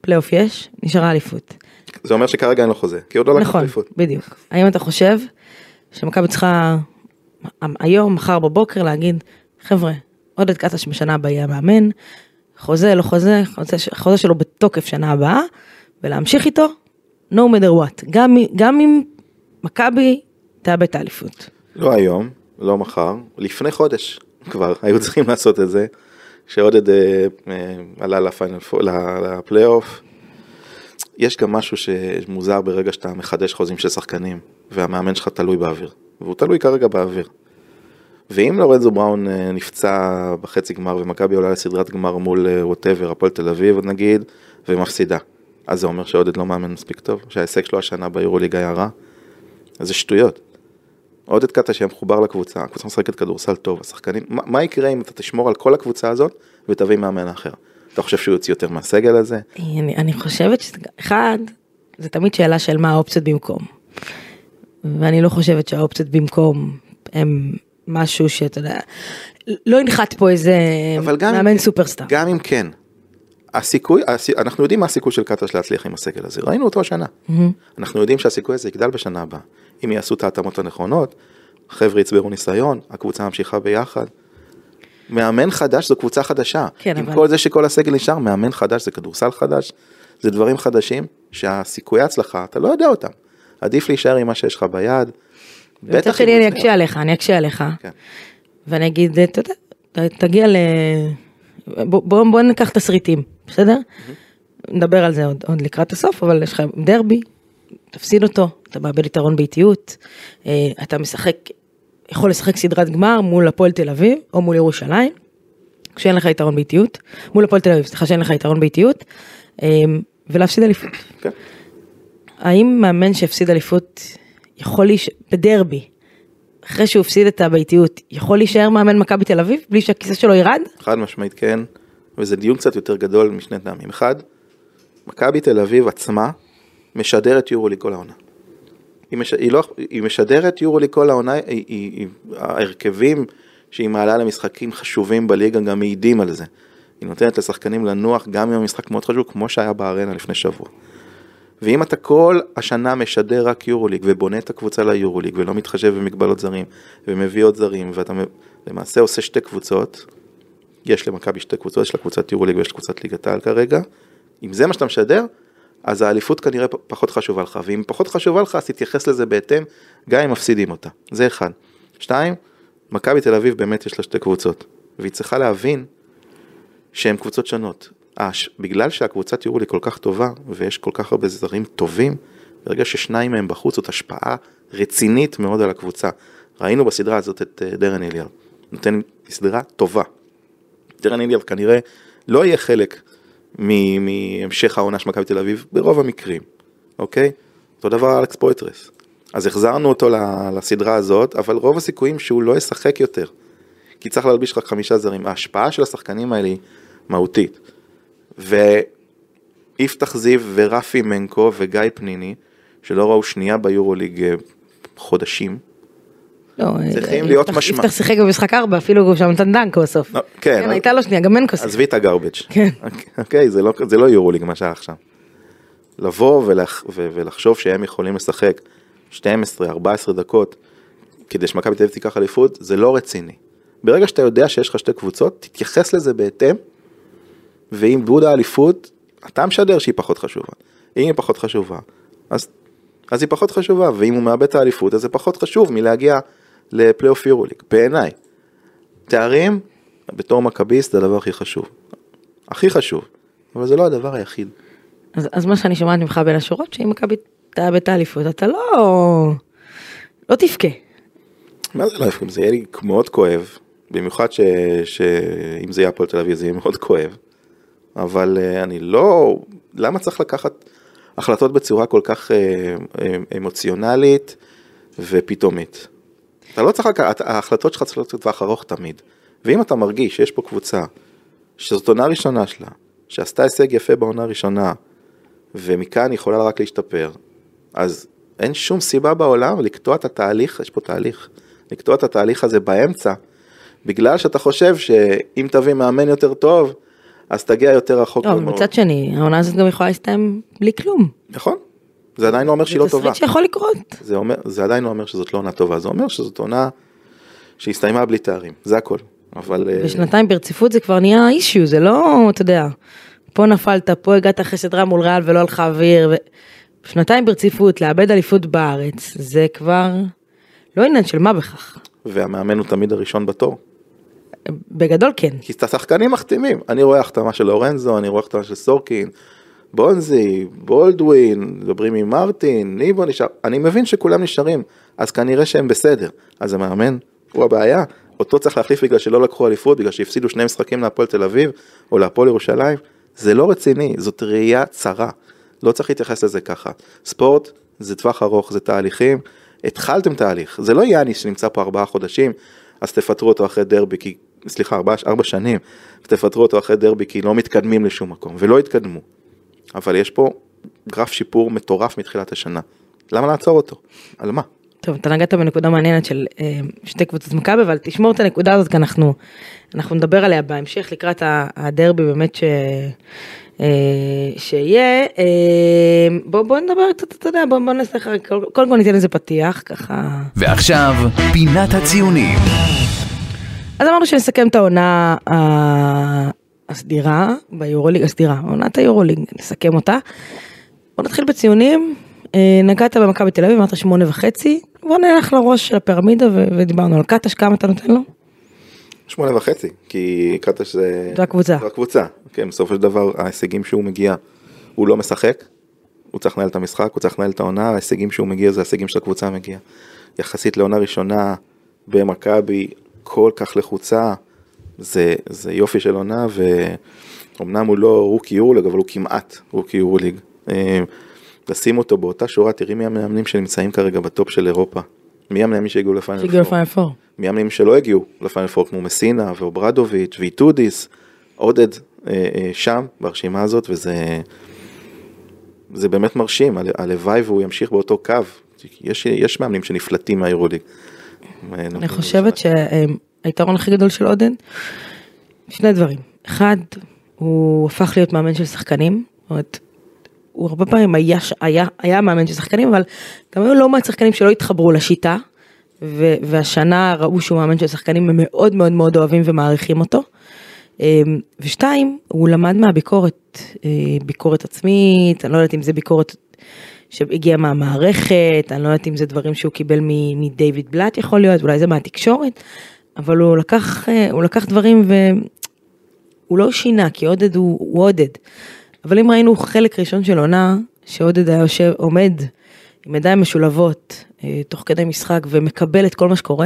פלייאוף יש, נשארה אליפות. זה אומר שכרגע אין לו חוזה, כי עוד לא לקח אליפות. נכון, בדיוק. האם אתה חושב שמכבי צריכה היום, מחר בבוקר להגיד, חבר'ה, עודד קטש בשנה הבאה יהיה מאמן, חוזה, לא חוזה, חוזה שלו בתוקף שנה הבאה, ולהמשיך איתו, no matter what. גם אם מכבי תאבד את האליפות. לא היום, לא מחר, לפני חודש כבר היו צריכים לעשות את זה, שעודד עלה לפלייאוף. יש גם משהו שמוזר ברגע שאתה מחדש חוזים של שחקנים, והמאמן שלך תלוי באוויר, והוא תלוי כרגע באוויר. ואם לורנזו בראון נפצע בחצי גמר, ומכבי עולה לסדרת גמר מול ווטאבר, הפועל תל אביב, נגיד, ומפסידה, אז זה אומר שעודד לא מאמן מספיק טוב, שההישג שלו השנה ביורוליג היה רע, אז זה שטויות. עודד קטש היה מחובר לקבוצה, הקבוצה משחקת כדורסל טוב, השחקנים, מה יקרה אם אתה תשמור על כל הקבוצה הזאת, ותביא מאמן אחר? אתה חושב שהוא יוציא יותר מהסגל הזה? אני חושבת שאחד, זה תמיד שאלה של מה האופציות במקום. ואני לא חושבת שהאופציות במקום הם משהו שאתה יודע, לא ינחת פה איזה מאמן סופרסטאר. גם אם כן, אנחנו יודעים מה הסיכוי של קטש להצליח עם הסגל הזה, ראינו אותו השנה. אנחנו יודעים שהסיכוי הזה יגדל בשנה הבאה. אם יעשו את ההתאמות הנכונות, חבר'ה יצברו ניסיון, הקבוצה ממשיכה ביחד. מאמן חדש זו קבוצה חדשה. כן, עם כל זה שכל הסגל נשאר, מאמן חדש זה כדורסל חדש, זה דברים חדשים שהסיכוי הצלחה, אתה לא יודע אותם. עדיף להישאר עם מה שיש לך ביד. בטח שלי אני אקשה עליך. ואני אגיד, אתה יודע, תגיע בוא ניקח תסריטים, בסדר? נדבר על זה עוד לקראת הסוף, אבל יש לך דרבי, תפסיד אותו, אתה מאבד יתרון באיטיות, אתה יכול לשחק סדרת גמר מול הפועל תל אביב, או מול ירושלים, כשאין לך יתרון באיטיות, מול הפועל תל אביב, סליחה שאין לך יתרון באיטיות, ולהפסיד אליפות. האם מאמן שהפסיד אליפות, יכול בדרבי, אחרי שהוא הפסיד את הביתיות, יכול להישאר מאמן מכבי תל אביב, בלי שהכיסא שלו ירד? חד משמעית כן, וזה דיון קצת יותר גדול משני טעמים. אחד, מכבי תל אביב עצמה, משדרת יורוליג כל העונה. היא משדרת יורוליג כל העונה, ההרכבים שהיא מעלה למשחקים חשובים בליגה, גם מעידים על זה. היא נותנת לשחקנים לנוח, גם אם המשחק מאוד חשוב, כמו שהיה בארנה לפני שבוע. ואם אתה כל השנה משדר רק יורוליג, ובונה את הקבוצה ליורוליג, ולא מתחשב במגבלות זרים, ומביא עוד זרים, ואתה למעשה עושה שתי קבוצות, יש למכבי שתי קבוצות, יש לה קבוצת יורוליג ויש קבוצת ליגת העל כרגע, אם זה מה שאתה משדר, אז האליפות כנראה פחות חשובה לך, ואם פחות חשובה לך, אז תתייחס לזה בהתאם, גם אם מפסידים אותה. זה אחד. 2, מכבי תל אביב באמת יש לה שתי קבוצות, והיא צריכה להבין שהן קבוצות שונות. בגלל שהקבוצת יורוליג כל כך טובה, ויש כל כך הרבה זרים טובים, ברגע ששניים מהם בחוץ, זאת השפעה רצינית מאוד על הקבוצה. ראינו בסדרה הזאת את דרן איליארד, נותן סדרה טובה. דרן איליארד כנראה לא יהיה חלק מהמשך העונה של מכבי תל אביב, ברוב המקרים, אוקיי? אותו דבר אלכס פויטרס. אז החזרנו אותו לסדרה הזאת, אבל רוב הסיכויים שהוא לא ישחק יותר, כי צריך להלביש רק 5 זרים. ההשפעה של השחקנים האלה היא מהותית. ויפתח זיו ורפי מנקו וגיא פניני, שלא ראו שנייה ביורוליג חודשים, צריכים להיות משמע. יפתח שיחק במשחק 4, אפילו שם נתן דנק בסוף. כן, הייתה לו שנייה, גם מנקו. עזבי את הגרבג'. אוקיי, זה לא יורוליג מה שהיה עכשיו. לבוא ולחשוב שהם יכולים לשחק 12-14 דקות, כדי שמכבי תל אביב תיקח אליפות, זה לא רציני. ברגע שאתה יודע שיש לך שתי קבוצות, תתייחס לזה בהתאם, ואם בודה האליפות, אתה משדר שהיא פחות חשובה. אם היא פחות חשובה, אז היא פחות חשובה, ואם הוא מאבד את האליפות, אז זה פחות חשוב מלהגיע לפלייאוף יורוליג. בעיניי, תארים, בתור מכביסט, זה הדבר הכי חשוב. הכי חשוב, אבל זה לא הדבר היחיד. אז מה שאני שומעת ממך בין השורות, שאם מכבי תאבד את האליפות, אתה לא תפקה. מה זה לא יפקה? זה יהיה לי מאוד כואב, במיוחד שאם זה יהיה הפועל תל אביב, זה יהיה מאוד כואב. אבל אני לא, למה צריך לקחת החלטות בצורה כל כך אמוציונלית ופתאומית? אתה לא צריך לקחת, ההחלטות שלך צריכות לטווח ארוך תמיד. ואם אתה מרגיש שיש פה קבוצה, שזאת עונה ראשונה שלה, שעשתה הישג יפה בעונה ראשונה, ומכאן היא יכולה רק להשתפר, אז אין שום סיבה בעולם לקטוע את התהליך, יש פה תהליך, לקטוע את התהליך הזה באמצע, בגלל שאתה חושב שאם תביא מאמן יותר טוב, אז תגיע יותר רחוק. לא, מצד שני, העונה הזאת גם יכולה להסתיים בלי כלום. נכון. זה עדיין לא אומר שהיא לא טובה. זה תסריט שיכול לקרות. זה עדיין לא אומר שזאת לא עונה טובה, זה אומר שזאת עונה שהסתיימה בלי תארים, זה הכל. אבל... בשנתיים ברציפות זה כבר נהיה אישיו, זה לא, אתה יודע, פה נפלת, פה הגעת אחרי סדרה מול ריאל ולא הלכה אוויר, בשנתיים ברציפות, לאבד אליפות בארץ, זה כבר לא עניין של מה בכך. והמאמן הוא תמיד הראשון בתור. בגדול כן. כי את השחקנים מחתימים, אני רואה החתמה של לורנזו, אני רואה החתמה של סורקין, בונזי, בולדווין, מדברים עם מרטין, ניבו נשאר, אני מבין שכולם נשארים, אז כנראה שהם בסדר, אז המאמן הוא הבעיה, אותו צריך להחליף בגלל שלא לקחו אליפות, בגלל שהפסידו 2 משחקים להפועל תל אביב, או להפועל ירושלים, זה לא רציני, זאת ראייה צרה, לא צריך להתייחס לזה ככה, ספורט זה טווח ארוך, זה תהליכים, התחלתם תהליך, זה לא יאניס שנמצא פה 4 חודשים, אז תפטרו אותו אחרי דרבי, כי, סליחה, 4 שנים, תפטרו אותו אחרי דרבי, כי לא מתקדמים לשום מקום, ולא התקדמו. אבל יש פה גרף שיפור מטורף מתחילת השנה. למה לעצור אותו? על מה? טוב, אתה נגעת בנקודה מעניינת של שתי קבוצות מכבי, אבל תשמור את הנקודה הזאת, כי אנחנו נדבר עליה בהמשך, לקראת הדרבי באמת שיהיה. בוא נדבר, אתה יודע, בוא נעשה, קודם כל ניתן לזה פתיח, ככה. ועכשיו, פינת הציונים. אז אמרנו שנסכם את העונה הסדירה ביורוליג, עונת היורוליג, נסכם אותה. בוא נתחיל בציונים, נגעת במכבי תל אביב, אמרת 8.5, בוא נלך לראש של הפירמידה ודיברנו על קטש, כמה אתה נותן לו? 8.5, כי קטש זה... זו הקבוצה. זו הקבוצה, כן, בסופו של דבר ההישגים שהוא מגיע, הוא לא משחק, הוא צריך לנהל את המשחק, הוא צריך לנהל את העונה, ההישגים שהוא מגיע זה ההישגים של הקבוצה מגיע. יחסית לעונה ראשונה במכבי, כל כך לחוצה, זה יופי של עונה, ואומנם הוא לא רוקי יורוליג, אבל הוא כמעט רוקי יורוליג. לשים אותו באותה שורה, תראי מי המאמנים שנמצאים כרגע בטופ של אירופה. מי המאמנים שהגיעו לפיינל פור? מי המאמנים שלא הגיעו לפיינל פור, כמו מסינה ואוברדוביץ' ואיטודיס, עודד שם ברשימה הזאת, וזה באמת מרשים, הלוואי והוא ימשיך באותו קו. יש מאמנים שנפלטים מהיורוליג. אני חושבת שהיתרון הכי גדול של עודד, שני דברים. אחד, הוא הפך להיות מאמן של שחקנים, זאת אומרת, הוא הרבה פעמים היה מאמן של שחקנים, אבל גם היו לא מעט שחקנים שלא התחברו לשיטה, והשנה ראו שהוא מאמן של שחקנים, הם מאוד מאוד מאוד אוהבים ומעריכים אותו. ושתיים, הוא למד מהביקורת, ביקורת עצמית, אני לא יודעת אם זה ביקורת שהגיעה מהמערכת, אני לא יודעת אם זה דברים שהוא קיבל מדייוויד בלאט יכול להיות, אולי זה מהתקשורת, אבל הוא לקח דברים והוא לא שינה, כי עודד הוא עודד. אבל אם ראינו חלק ראשון של עונה, שעודד היה עומד עם ידיים משולבות, תוך כדי משחק, ומקבל את כל מה שקורה,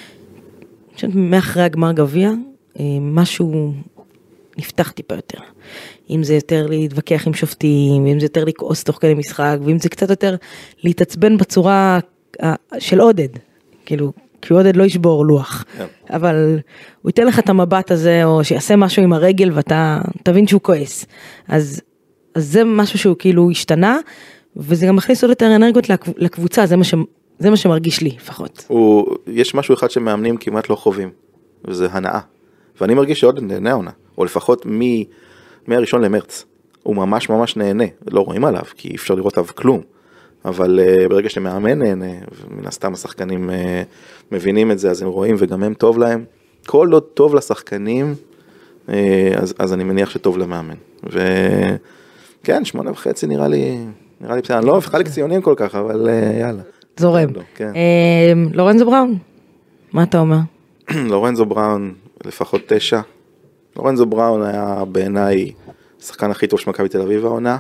מאחרי הגמר גביע, משהו נפתח טיפה יותר. אם זה יותר להתווכח עם שופטים, ואם זה יותר לכעוס תוך כדי משחק, ואם זה קצת יותר להתעצבן בצורה של עודד, כאילו, כי עודד לא ישבור לוח, אבל הוא ייתן לך את המבט הזה, או שיעשה משהו עם הרגל, ואתה תבין שהוא כועס. אז זה משהו שהוא כאילו השתנה, וזה גם מכניס עוד יותר אנרגיות לקבוצה, זה מה שמרגיש לי לפחות. יש משהו אחד שמאמנים כמעט לא חווים, וזה הנאה. ואני מרגיש שעודד נהנה עונה, או לפחות מהראשון למרץ. הוא ממש ממש נהנה, לא רואים עליו, כי אי אפשר לראות עליו כלום. אבל ברגע שמאמן נהנה, ומן הסתם השחקנים מבינים את זה, אז הם רואים וגם הם טוב להם. כל לא טוב לשחקנים, אז אני מניח שטוב למאמן. וכן, 8.5 נראה לי בסדר, אני לא הופכה לקציונים כל כך, אבל יאללה. זורם. לורנזו בראון, מה אתה אומר? לורנזו בראון, לפחות 9. לורנזו בראון היה בעיניי השחקן הכי טוב של מכבי תל אביב העונה.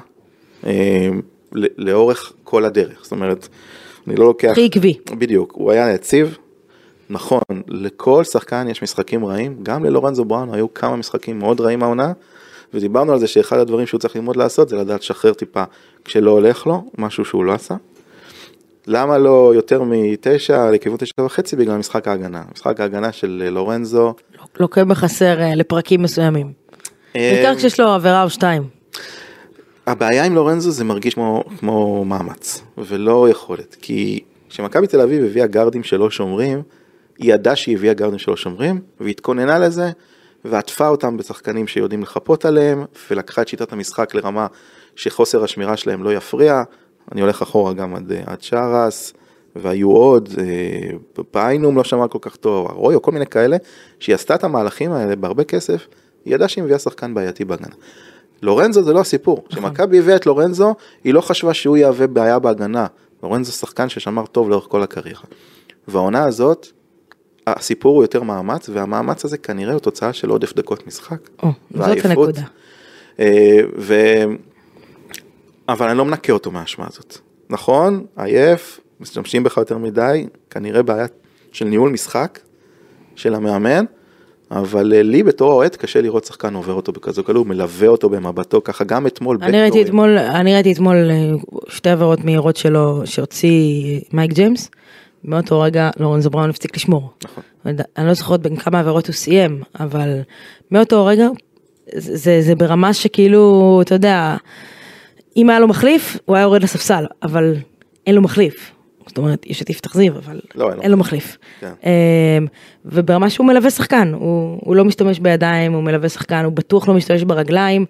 לאורך כל הדרך, זאת אומרת, אני לא לוקח... הכי עקבי. בדיוק, הוא היה יציב, נכון, לכל שחקן יש משחקים רעים, גם ללורנזו בראון היו כמה משחקים מאוד רעים העונה, ודיברנו על זה שאחד הדברים שהוא צריך ללמוד לעשות, זה לדעת שחרר טיפה כשלא הולך לו, משהו שהוא לא עשה. למה לא יותר מ9 לכיוון 9.5? בגלל משחק ההגנה. משחק ההגנה של לורנזו... לוקה בחסר לפרקים מסוימים. בעיקר כשיש לו עבירה או 2. הבעיה עם לורנזו זה מרגיש כמו מאמץ, ולא יכולת, כי כשמכבי תל אביב הביאה גארדים שלא שומרים, היא ידעה שהיא הביאה גארדים שלא שומרים, והיא התכוננה לזה, ועטפה אותם בשחקנים שיודעים לחפות עליהם, ולקחה את שיטת המשחק לרמה שחוסר השמירה שלהם לא יפריע. אני הולך אחורה גם עד שרס, והיו עוד, פיינום לא שמע כל כך טוב, רוי או כל מיני כאלה, שהיא עשתה את המהלכים האלה בהרבה כסף, היא ידעה שהיא מביאה שחקן בעייתי בהגנה. לורנזו זה לא הסיפור, כשמכבי הביאה את לורנזו, היא לא חשבה שהוא יהווה בעיה בהגנה, לורנזו שחקן ששמר טוב לאורך כל הקריירה. והעונה הזאת, הסיפור הוא יותר מאמץ, והמאמץ הזה כנראה הוא תוצאה של עודף דקות משחק. זאת הנקודה. אבל אני לא מנקה אותו מהאשמה הזאת. נכון, עייף, משתמשים בך יותר מדי, כנראה בעיה של ניהול משחק, של המאמן, אבל לי בתור האוהד קשה לראות שחקן עובר אותו בכזו קלות, מלווה אותו במבטו, ככה גם אתמול. אני ראיתי אתמול שתי עבירות מהירות שלו, שהוציא מייק ג'יימס, מאותו רגע לורנזו בראון הפסיק לשמור. נכון. אני לא זוכרת בין כמה עבירות הוא סיים, אבל מאותו רגע, זה ברמה שכאילו, אתה יודע, אם היה לו מחליף, הוא היה יורד לספסל, אבל אין לו מחליף. זאת אומרת, יש את יפתח זיו, אבל אין לו מחליף. וברמה שהוא מלווה שחקן, הוא לא משתמש בידיים, הוא מלווה שחקן, הוא בטוח לא משתמש ברגליים,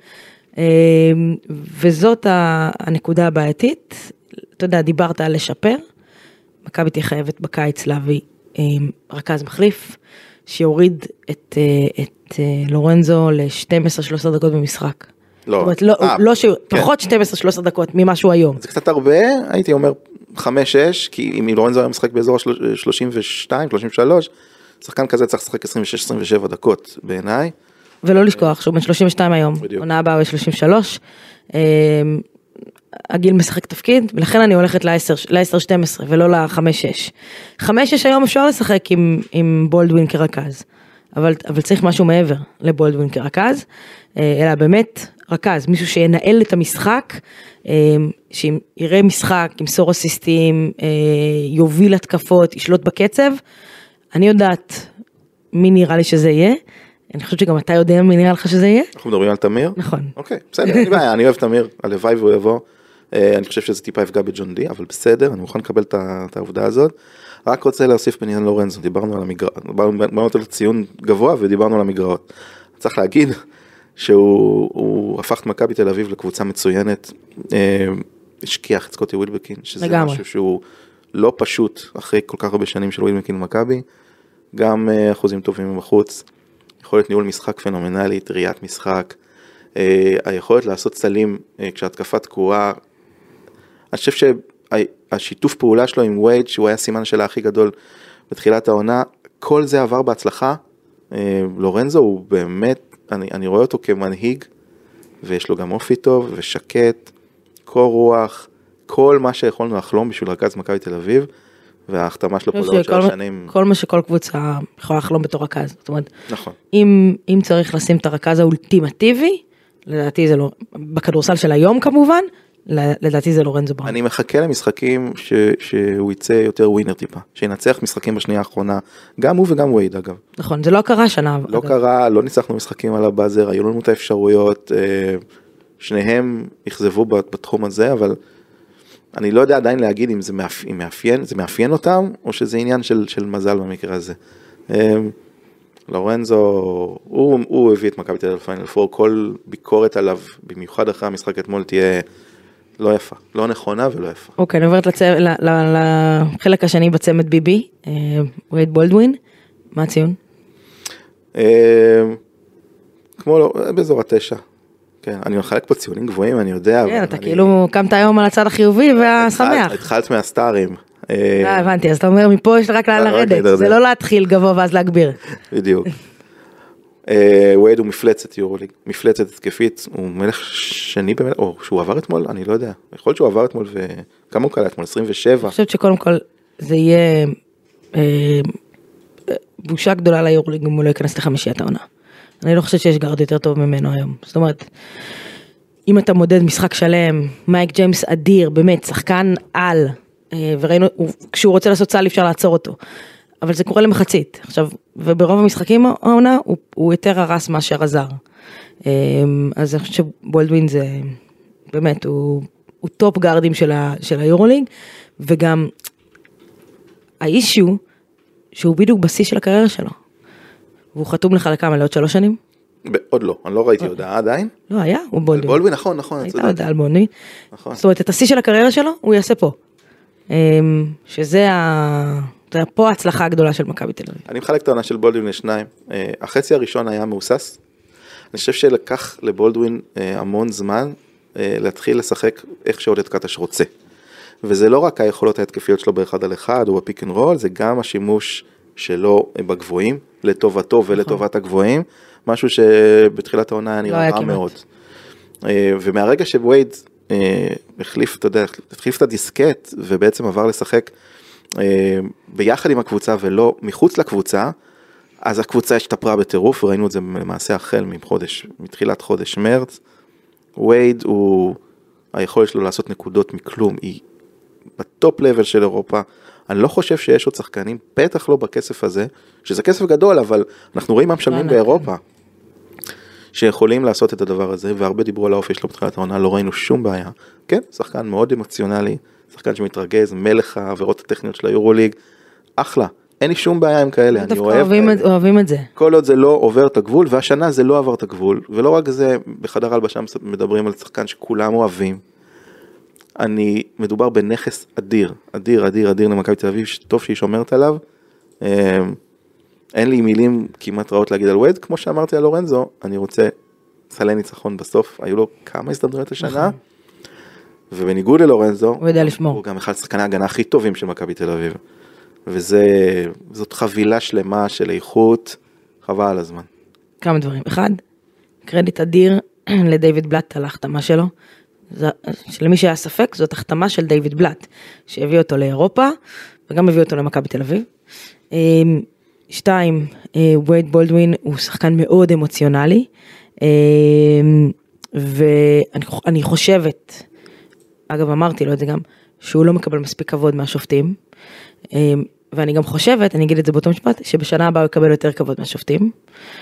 וזאת הנקודה הבעייתית. אתה יודע, דיברת על לשפר, מכבי תהיה חייבת בקיץ להביא רכז מחליף, שיוריד את לורנזו ל-12-13 דקות במשחק. לא, פחות 12-13 דקות ממה שהוא היום. זה קצת הרבה, הייתי אומר 5-6, כי אם לורנזו היה משחק באזור 32-33, שחקן כזה צריך לשחק 26-27 דקות בעיניי. ולא לשכוח, שהוא בן 32 היום, עונה הבאה ב-33, הגיל משחק תפקיד, ולכן אני הולכת ל-10-12 ולא ל-5-6. 5-6 היום אפשר לשחק עם בולדווין כרכז, אבל צריך משהו מעבר לבולדווין כרכז, אלא באמת רכז, מישהו שינהל את המשחק, שיראה משחק, ימסור אסיסטים, יוביל התקפות, ישלוט בקצב. אני יודעת מי נראה לי שזה יהיה, אני חושבת שגם אתה יודע מי נראה לך שזה יהיה. אנחנו מדברים על תמיר? נכון. אוקיי, בסדר, אין בעיה, אני אוהב תמיר, הלוואי והוא יבוא, אני חושב שזה טיפה יפגע בג'ון די, אבל בסדר, אני מוכן לקבל את העובדה הזאת. רק רוצה להוסיף בעניין לורנזו, דיברנו על המגרעות, דיברנו על ציון גבוה ודיברנו על המגרעות. צריך להגיד שהוא הפך את מכבי תל אביב לקבוצה מצוינת, השכיח את סקוטי ווילבקין, שזה משהו שהוא לא פשוט אחרי כל כך הרבה שנים של ווילבקין ומכבי, גם אחוזים טובים מבחוץ, יכולת ניהול משחק פנומנלית, ראיית משחק, היכולת לעשות סלים כשהתקפה תקועה, אני חושב שהשיתוף פעולה שלו עם וייד, שהוא היה סימן שלה הכי גדול בתחילת העונה, כל זה עבר בהצלחה, לורנזו הוא באמת, אני רואה אותו כמנהיג, ויש לו גם אופי טוב ושקט, קור רוח, כל מה שיכולנו לחלום בשביל רכז מכבי תל אביב, וההחתמה שלו פה לעוד 3 שנים. כל מה שכל קבוצה יכולה לחלום בתור רכז. זאת אומרת, נכון. אם צריך לשים את הרכז האולטימטיבי, לדעתי זה לא, בכדורסל של היום כמובן, לדעתי זה לורנזו בראון. אני מחכה למשחקים שהוא יצא יותר ווינר טיפה, שינצח משחקים בשנייה האחרונה, גם הוא וגם וייד אגב. נכון, זה לא קרה שנה. לא קרה, לא ניצחנו משחקים על הבאזר, היו לנו את האפשרויות, שניהם יחזבו בתחום הזה, אבל אני לא יודע עדיין להגיד אם זה מאפיין אותם, או שזה עניין של מזל במקרה הזה. לורנזו, הוא הביא את מכבי תל אביב לפיינל פור, כל ביקורת עליו, במיוחד אחרי המשחק אתמול, תהיה לא יפה, לא נכונה ולא יפה. אוקיי, אני עוברת לחלק השני בצמד ביבי, וייד בולדווין, מה הציון? כמו באזור 9. כן, אני מחלק פה ציונים גבוהים, אני יודע. כן, אתה כאילו קמת היום על הצד החיובי והשמח. התחלת מהסטארים. הבנתי, אז אתה אומר מפה יש רק לאן לרדת, זה לא להתחיל גבוה ואז להגביר. בדיוק. וייד הוא מפלצת יורוליג, מפלצת התקפית, הוא מלך שני באמת, או שהוא עבר אתמול, אני לא יודע. יכול להיות שהוא עבר אתמול, וכמה הוא קלה אתמול? 27. אני חושבת שקודם כל זה יהיה בושה גדולה ליורוליג אם הוא לא ייכנס לחמישיית העונה. אני לא חושבת שיש גארד יותר טוב ממנו היום. זאת אומרת, אם אתה מודד משחק שלם, מייק ג'יימס אדיר, באמת, שחקן על, וראינו, כשהוא רוצה לעשות סל אפשר לעצור אותו. אבל זה קורה למחצית. עכשיו, וברוב המשחקים העונה, הוא יותר הרס מאשר עזר. אז אני חושבת שבולדווין זה, באמת, הוא טופ גארדים של היורוליג, וגם האישיו, שהוא בדיוק בשיא של הקריירה שלו. והוא חתום לך לכמה, לעוד 3 שנים? עוד לא, אני לא ראיתי הודעה עדיין. לא, היה, הוא בולדווין. בולדווין, נכון. הייתה הודעה על בולדווין. נכון. זאת אומרת, את השיא של הקריירה שלו, הוא יעשה פה. שזה פה ההצלחה הגדולה של מכבי תל אביב. אני מחלק את העונה של בולדווין לשניים. החצי הראשון היה מאוסס. אני חושב שלקח לבולדווין המון זמן להתחיל לשחק איך שעודד קטש רוצה. וזה לא רק היכולות ההתקפיות שלו באחד על אחד או בפיק אנד רול, זה גם השימוש שלו בגבוהים, לטובתו ולטובת הגבוהים, משהו שבתחילת העונה היה נראה רע מאוד. ומהרגע שווייד החליף את הדיסקט, ובעצם עבר לשחק ביחד עם הקבוצה ולא מחוץ לקבוצה, אז הקבוצה השתפרה בטירוף, וראינו את זה למעשה החל מתחילת חודש מרץ. ווייד היכולת שלו לעשות נקודות מכלום, היא בטופ לבל של אירופה. אני לא חושב שיש עוד שחקנים, בטח לא בכסף הזה, שזה כסף גדול, אבל אנחנו רואים מה משלמים באירופה, שיכולים לעשות את הדבר הזה, והרבה דיברו על האופי שלו בתחילת העונה, לא ראינו שום בעיה. כן, שחקן מאוד אמוציונלי, שחקן שמתרגז, מלך העבירות הטכניות של היורוליג, אחלה. אין לי שום בעיה עם כאלה, אני אוהבים את זה. כל עוד זה לא עובר את הגבול, והשנה זה לא עבר את הגבול, ולא רק זה, בחדר הלבשה מדברים על שחקן שכולם אוהבים. מדובר בנכס אדיר, אדיר למכבי תל אביב, טוב שהיא שומרת עליו. אין לי מילים כמעט רעות להגיד על ווייד, כמו שאמרתי על לורנזו, אני רוצה סלי ניצחון בסוף, היו לו כמה הזדמנויות השנה, ובניגוד ללורנזו, הוא יודע לשמור. הוא גם אחד שחקני ההגנה הכי טובים של מכבי תל אביב. וזאת חבילה שלמה של איכות, חבל על הזמן. כמה דברים. אחד, קרדיט אדיר לדיוויד בלאט על ההחתמה שלו. שלמי שהיה ספק, זאת החתמה של דיוויד בלאט, שהביא אותו לאירופה, וגם הביא אותו למכבי תל אביב. 2, ווייד בולדווין הוא שחקן מאוד אמוציונלי, ואני חושבת, אגב אמרתי לו את זה גם, שהוא לא מקבל מספיק כבוד מהשופטים, ואני גם חושבת, אני אגיד את זה באותו משפט, שבשנה הבאה הוא יקבל יותר כבוד מהשופטים,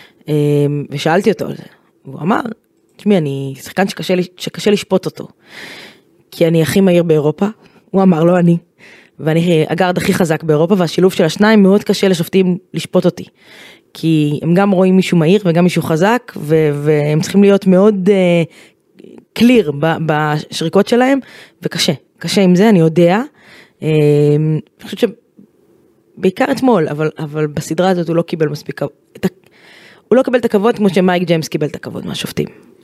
ושאלתי אותו על זה, והוא אמר, תשמעי, אני שחקן שקשה לשפוט אותו, כי אני הכי מהיר באירופה, הוא אמר לו אני, ואני הגארד הכי חזק באירופה, והשילוב של השניים מאוד קשה לשופטים לשפוט אותי, כי הם גם רואים מישהו מהיר וגם מישהו חזק, והם צריכים להיות מאוד קליר בשריקות שלהם, קשה עם זה, אני יודע, אני חושבת שבעיקר אתמול, אבל בסדרה הזאת הוא לא קיבל מספיק, הוא לא קיבל את הכבוד כמו שמייק ג'יימס קיבל את הכבוד מהשופטים.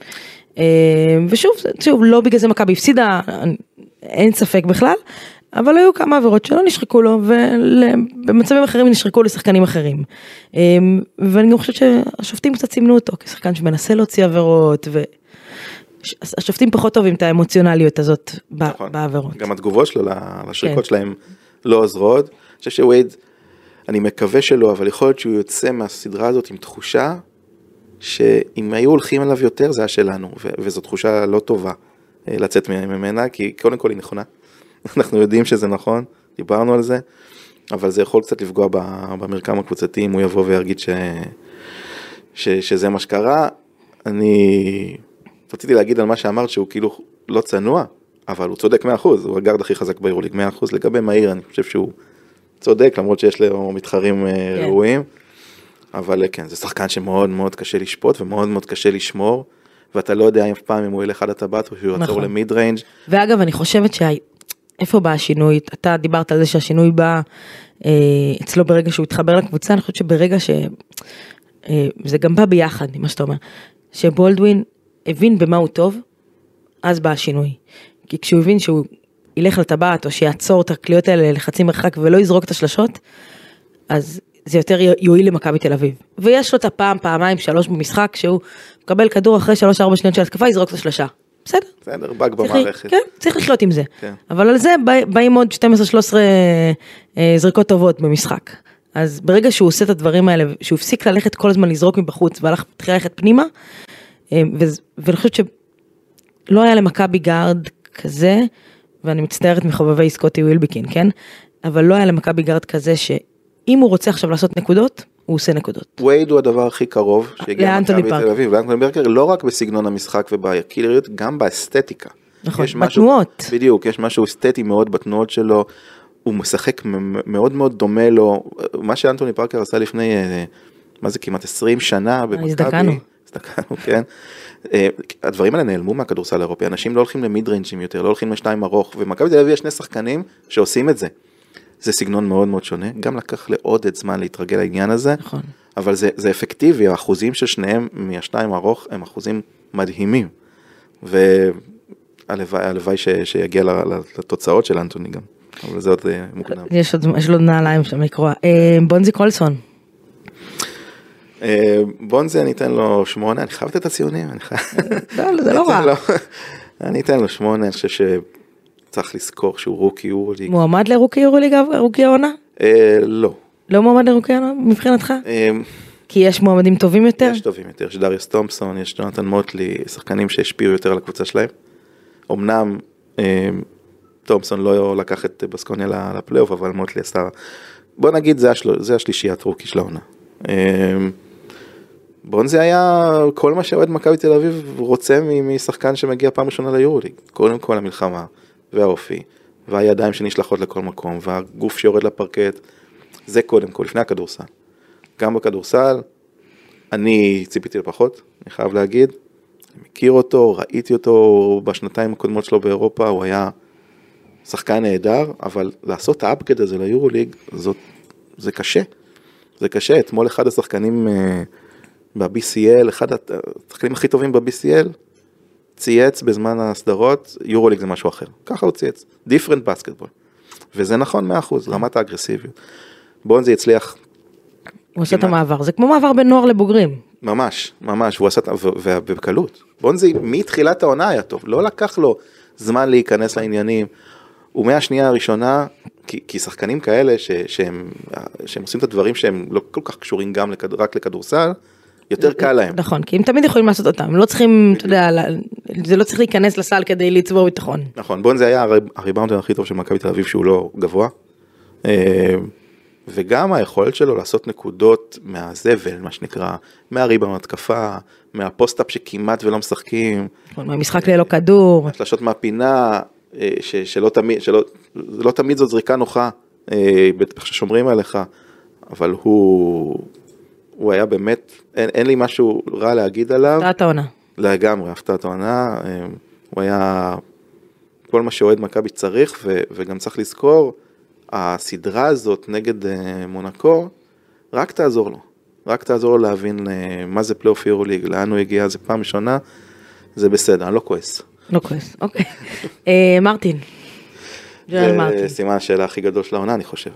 ושוב, לא בגלל זה מכבי הפסידה, אין ספק בכלל, אבל היו כמה עבירות שלא נשחקו לו, ובמצבים אחרים נשחקו לשחקנים אחרים. ואני גם חושבת שהשופטים קצת סימנו אותו, כשחקן שמנסה להוציא עבירות, והשופטים פחות טובים את האמוציונליות הזאת בעבירות. גם התגובות שלו לשריקות שלהם לא עוזרות. אני חושב שווייד, אני מקווה שלא, אבל יכול להיות שהוא יוצא מהסדרה הזאת עם תחושה, שאם היו הולכים עליו יותר, זה היה שלנו, וזו תחושה לא טובה לצאת ממנה, כי קודם כל היא נכונה. אנחנו יודעים שזה נכון, דיברנו על זה, אבל זה יכול קצת לפגוע במרקם הקבוצתי, אם הוא יבוא וירגיד שזה מה שקרה. אני רציתי להגיד על מה שאמרת, שהוא כאילו לא צנוע, אבל הוא צודק 100%, הוא הגארד הכי חזק ביורוליג, 100%. לגבי מהיר, אני חושב שהוא צודק, למרות שיש לו מתחרים ראויים, אבל כן, זה שחקן שמאוד מאוד קשה לשפוט, ומאוד מאוד קשה לשמור, ואתה לא יודע אף פעם אם הוא ילך עד הטבעת, או שהוא יעצור למיד ריינג'. ואגב, אני חושבת איפה בא השינוי? אתה דיברת על זה שהשינוי בא אצלו ברגע שהוא התחבר לקבוצה, אני חושבת שברגע זה גם בא ביחד, עם מה שאתה אומר, שבולדווין הבין במה הוא טוב, אז בא השינוי. כי כשהוא הבין שהוא ילך לטבעת, או שיעצור את הקליות האלה לחצי מרחק, ולא יזרוק את השלשות, אז זה יותר יועיל למכבי תל אביב. ויש לו את פעמיים, 3 במשחק, שהוא מקבל כדור אחרי 3-4 שניות של התקפה, יזרוק את השלשה. בסדר, באג במערכת. כן, צריך לחיות עם זה. אבל על זה באים עוד 12-13 זריקות טובות במשחק. אז ברגע שהוא עושה את הדברים האלה, שהוא הפסיק ללכת כל הזמן לזרוק מבחוץ, והלך תחילה ללכת פנימה, ואני חושבת שלא היה למכבי גארד כזה, ואני מצטערת מחובבי סקוטי ווילביקין, כן? אבל לא היה למכבי גארד כזה שאם הוא רוצה עכשיו לעשות נקודות, הוא עושה נקודות. ווייד הוא הדבר הכי קרוב שהגיע למכבי תל אביב, לאנטוני פארקר, לא רק בסגנון המשחק ובקילריות, גם באסתטיקה. נכון, בתנועות. בדיוק, יש משהו אסתטי מאוד בתנועות שלו, הוא משחק מאוד מאוד דומה לו, מה שאנטוני פארקר עשה לפני מה זה כמעט 20 שנה במכבי. הזדקנו, כן. הדברים האלה נעלמו מהכדורסל האירופי, אנשים לא הולכים למיד ריינג'ים יותר, לא הולכים לשניים ארוך, ומכבי תל אביב יש 2 שחקנים שעושים את זה. זה סגנון מאוד מאוד שונה, גם לקח לעודד זמן להתרגל לעניין הזה, נכון. אבל זה אפקטיבי, האחוזים של שניהם מהשניים ארוך הם אחוזים מדהימים, והלוואי שיגיע לתוצאות של אנטוני גם, אבל זה עוד מוקדם. יש עוד נעליים שם לקרוא. בונזי קולסון. בונזי אני אתן לו 8, אני חייב לתת את הציונים, זה לא רע. אני אתן לו 8, אני חושב שצריך לזכור שהוא רוקי יורוליג. מועמד לרוקי יורוליג, רוקי העונה? לא. לא מועמד לרוקי העונה מבחינתך? כי יש מועמדים טובים יותר? יש טובים יותר, יש דריוס תומפסון, יש ג'ונתן מוטלי, שחקנים שהשפיעו יותר על הקבוצה שלהם. אמנם תומפסון לא לקח את בסקוניה לפלייאוף, אבל מוטלי עשה, בוא נגיד זה השלישיית רוקי של העונה. בונזי היה כל מה שאוהד מכבי תל אביב רוצה משחקן שמגיע פעם ראשונה ליורוליג. קודם כל המלחמה והאופי, והידיים שנשלחות לכל מקום, והגוף שיורד לפרקט, זה קודם כל, לפני הכדורסל. גם בכדורסל, אני ציפיתי לפחות, אני חייב להגיד, אני מכיר אותו, ראיתי אותו בשנתיים הקודמות שלו באירופה, הוא היה שחקן נהדר, אבל לעשות האפגרד הזה ליורוליג, זה קשה. זה קשה, אתמול אחד השחקנים ב-BCL, אחד השחקנים הכי טובים ב-BCL, צייץ בזמן הסדרות, יורוליג זה משהו אחר. ככה הוא צייץ, different basketball. וזה נכון 100%, רמת האגרסיביות. בונזי הצליח. הוא עושה את המעבר, זה כמו מעבר בין נוער לבוגרים. ממש, ממש, והוא עשה את ובקלות. בונזי מתחילת העונה היה טוב, לא לקח לו זמן להיכנס לעניינים. ומהשנייה הראשונה, כי שחקנים כאלה שהם עושים את הדברים שהם לא כל כך קשורים גם רק לכדורסל, יותר קל להם. נכון, כי הם תמיד יכולים לעשות אותם, הם לא צריכים, אתה יודע, זה לא צריך להיכנס לסל כדי לצבור ביטחון. נכון, בונזי היה הריבאונדר הכי טוב של מכבי תל אביב שהוא לא גבוה, וגם היכולת שלו לעשות נקודות מהזבל, מה שנקרא, מהריבאונד התקפה, מהפוסט-אפ שכמעט ולא משחקים. מהמשחק ללא כדור. השלשות מהפינה, שלא תמיד זאת זריקה נוחה, בטח ששומרים עליך, אבל הוא היה באמת, אין לי משהו רע להגיד עליו. הפתעת העונה. לגמרי, הפתעת העונה, הוא היה כל מה שאוהד מכבי צריך, וגם צריך לזכור, הסדרה הזאת נגד מונקו, רק תעזור לו להבין מה זה פלייאוף יורוליג, לאן הוא הגיע, זה פעם ראשונה, זה בסדר, אני לא כועס. לא כועס, אוקיי. מרטין. זה סימן השאלה הכי גדול של העונה, אני חושב.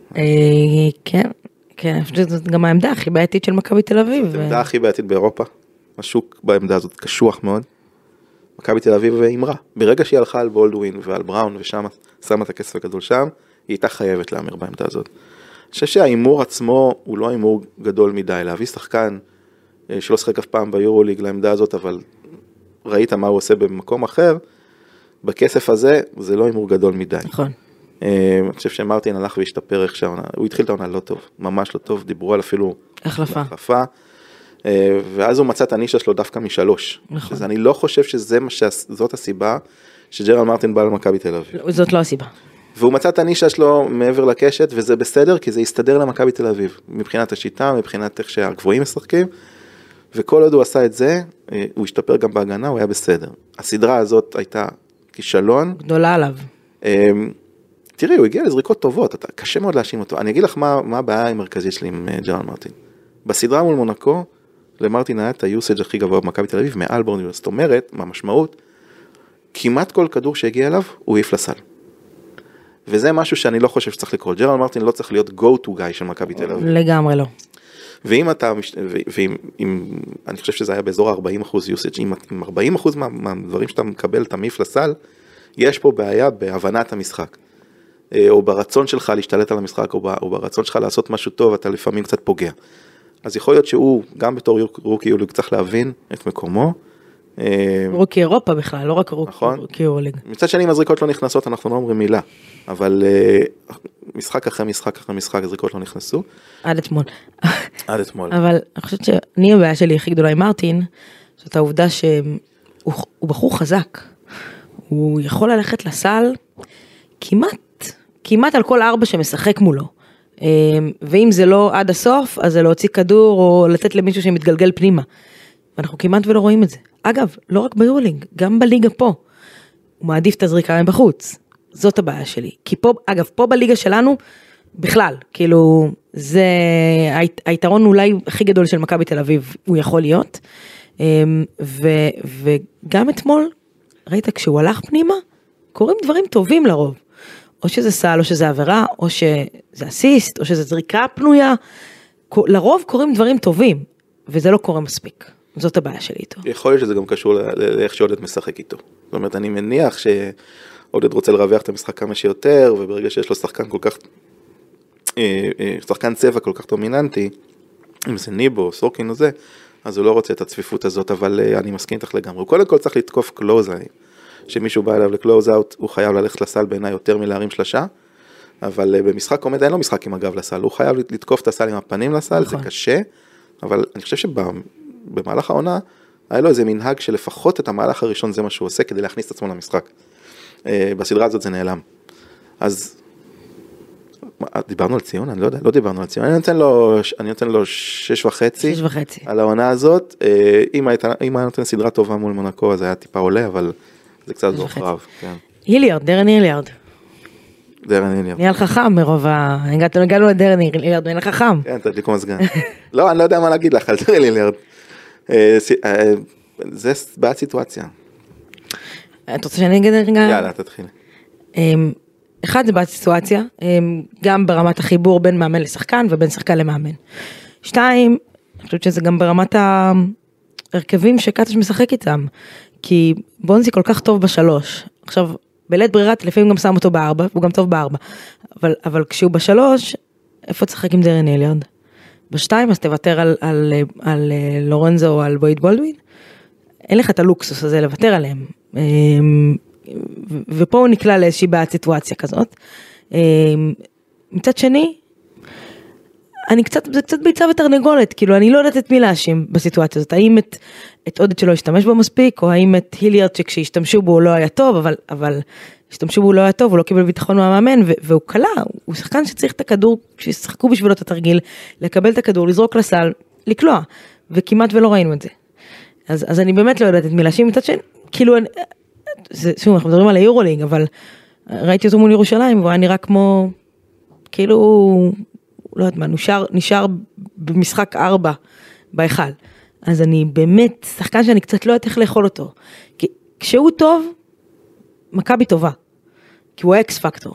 כן, אני חושבת שזאת גם העמדה הכי בעייתית של מכבי תל אביב. זאת העמדה הכי בעייתית באירופה, השוק בעמדה הזאת קשוח מאוד. מכבי תל אביב אמרה, ברגע שהיא הלכה על בולדווין ועל בראון ושם שמה את הכסף הגדול שם, היא הייתה חייבת להאמר בעמדה הזאת. אני חושב שהאימור עצמו הוא לא אימור גדול מדי, להביא שחקן שלא שחק אף פעם ביורוליג לעמדה הזאת, אבל ראית מה הוא עושה במקום אחר, בכסף הזה זה לא אימור גדול מדי. נכון. אני חושב שמרטין הלך והשתפר איך שהעונה, הוא התחיל את העונה לא טוב, ממש לא טוב, דיברו על אפילו החלפה, ואז הוא מצא את הנישה שלו דווקא משלוש. נכון. אז אני לא חושב שזאת הסיבה שג'רל מרטין בא למכבי תל אביב. זאת לא הסיבה. והוא מצא את הנישה שלו מעבר לקשת, וזה בסדר, כי זה יסתדר למכבי תל אביב, מבחינת השיטה, מבחינת איך שהגבוהים משחקים, וכל עוד הוא עשה את זה, הוא השתפר גם בהגנה, הוא היה בסדר. הסדרה הזאת הייתה כישלון. גדולה עליו. תראי, הוא הגיע לזריקות טובות, קשה מאוד להאשים אותו. אני אגיד לך מה הבעיה המרכזית שלי עם ג'רל מרטין. בסדרה מול מונקו, למרטין היה את היוסאג' הכי גבוה במכבי תל אביב, מעל בורנביל. זאת אומרת, מה המשמעות? כמעט כל כדור שהגיע אליו, הוא העיף לסל. וזה משהו שאני לא חושב שצריך לקרוא. ג'רל מרטין לא צריך להיות go to guy של מכבי תל אביב. לגמרי לא. ואם אתה, אני חושב שזה היה באזור 40% usage, עם 40% מהדברים שאתה מקבל, אתה מעיף לסל, יש פה בעיה בהבנת המשחק. או ברצון שלך להשתלט על המשחק, או ברצון שלך לעשות משהו טוב, אתה לפעמים קצת פוגע. אז יכול להיות שהוא, גם בתור רוקי יורוליג, צריך להבין את מקומו. רוקי אירופה בכלל, לא רק רוקי יורוליג. מצד שני, אם הזריקות לא נכנסות, אנחנו לא אומרים מילה. אבל משחק אחרי משחק אחרי משחק, הזריקות לא נכנסו. עד אתמול. עד אתמול. אבל אני חושבת שאני הבעיה שלי הכי גדולה עם מרטין, זאת העובדה שהוא בחור חזק. הוא יכול ללכת לסל כמעט על כל 4 שמשחק מולו. ואם זה לא עד הסוף, אז זה להוציא כדור או לתת למישהו שמתגלגל פנימה. ואנחנו כמעט ולא רואים את זה. אגב, לא רק ביורלינג, גם בליגה פה. הוא מעדיף את הזריקה מבחוץ. זאת הבעיה שלי. כי פה, אגב, פה בליגה שלנו, בכלל, כאילו, זה היתרון אולי הכי גדול של מכבי תל אביב, הוא יכול להיות. וגם אתמול, ראית, כשהוא הלך פנימה, קוראים דברים טובים לרוב. או שזה סל, או שזה עבירה, או שזה אסיסט, או שזה זריקה פנויה. לרוב קוראים דברים טובים, וזה לא קורה מספיק. זאת הבעיה שלי איתו. יכול להיות שזה גם קשור לאיך שעודד משחק איתו. זאת אומרת, אני מניח שעודד רוצה לרווח את המשחק כמה שיותר, וברגע שיש לו שחקן כל כך, שחקן צבע כל כך דומיננטי, אם זה ניבו, סורקין או זה, אז הוא לא רוצה את הצפיפות הזאת, אבל אני מסכים איתך לגמרי. הוא קודם כל צריך לתקוף קלוזאי. שמישהו בא אליו לקלוז-אאוט, הוא חייב ללכת לסל בעיניי יותר מלהרים שלשה, אבל במשחק עומד אין לו משחק עם הגב לסל, הוא חייב לתקוף את הסל עם הפנים לסל, זה קשה, אבל אני חושב שבמהלך העונה, היה לו איזה מנהג שלפחות את המהלך הראשון זה מה שהוא עושה, כדי להכניס את עצמו למשחק. בסדרה הזאת זה נעלם. אז, דיברנו על ציון? אני לא יודע, לא דיברנו על ציון, אני נותן לו 6.5 על העונה הזאת, אם היה נותן סדרה טובה מול מונקו, אז היה טיפה עולה, אבל זה קצת זוך רב, כן. היליארד, דרן היליארד. נהיה חכם מרוב הגענו לדרן היליארד, נהיה חכם. כן, תדליקו מזגן. לא, אני לא יודע מה להגיד לך על דרן היליארד. זה בעד סיטואציה. אתה רוצה שאני אגיד רגע? יאללה, תתחיל. אחד זה בעד סיטואציה, גם ברמת החיבור בין מאמן לשחקן ובין שחקן למאמן. 2, אני חושבת שזה גם ברמת ההרכבים שקטש משחק איתם. כי בונזי כל כך טוב ב3, עכשיו בלית ברירת לפעמים גם שם אותו ב4, והוא גם טוב ב4, אבל כשהוא ב3, איפה תשחק עם דרן היליארד? ב2 אז תוותר על לורנזו או על בויד בולדווין, אין לך את הלוקסוס הזה לוותר עליהם, ופה הוא נקלע לאיזושהי בעיית סיטואציה כזאת. מצד שני, זה קצת ביצה ותרנגולת, כאילו אני לא יודעת את מי להאשים בסיטואציה הזאת, האם את עודד שלא השתמש בו מספיק, או האם את היליארד שכשהשתמשו בו הוא לא היה טוב, אבל השתמשו בו הוא לא היה טוב, הוא לא קיבל ביטחון מהמאמן, והוא קלה, הוא שחקן שצריך את הכדור, כשישחקו בשבילו את התרגיל, לקבל את הכדור, לזרוק לסל, לקלוע, וכמעט ולא ראינו את זה. אז אני באמת לא יודעת את מי להאשים, מצד כאילו, שוב, אנחנו מדברים על היורוליג, אבל ראיתי אותו מול ירושלים, והוא היה נראה כמו, כאילו, לא יודעת מה, נשאר במשחק 4 בהיכל. אז אני באמת, שחקן שאני קצת לא יודעת איך לאכול אותו. כי כשהוא טוב, מכבי טובה. כי הוא אקס פקטור.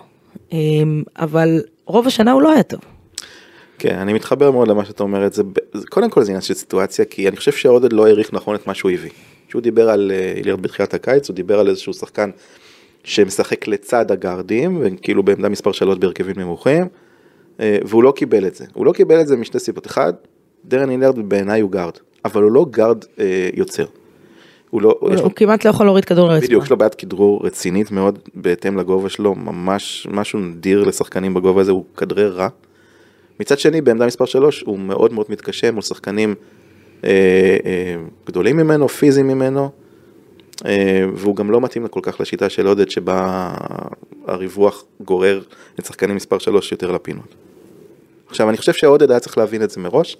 אבל רוב השנה הוא לא היה טוב. כן, אני מתחבר מאוד למה שאתה אומרת. קודם כל זה עניין של סיטואציה, כי אני חושב שעודד לא העריך נכון את מה שהוא הביא. כשהוא דיבר על היליארד בתחילת הקיץ, הוא דיבר על איזשהו שחקן שמשחק לצד הגארדים, וכאילו בעמדה מספר 3 בהרכבים נמוכים, והוא לא קיבל את זה. הוא לא קיבל את זה משתי סיבות. אחד, דרן היליארד בעיניי הוא גארד, אבל הוא לא גארד יוצר. הוא כמעט לא יכול להוריד כדור לרצפה. בדיוק, יש לו בעיית כדרור רצינית מאוד, בהתאם לגובה שלו, ממש משהו נדיר לשחקנים בגובה הזה, הוא כדרר רע. מצד שני, בעמדה מספר 3, הוא מאוד מאוד מתקשה מול שחקנים גדולים ממנו, פיזיים ממנו, והוא גם לא מתאים כל כך לשיטה של עודד, שבה הריווח גורר את שחקנים מספר 3 יותר לפינות. עכשיו, אני חושב שעודד היה צריך להבין את זה מראש,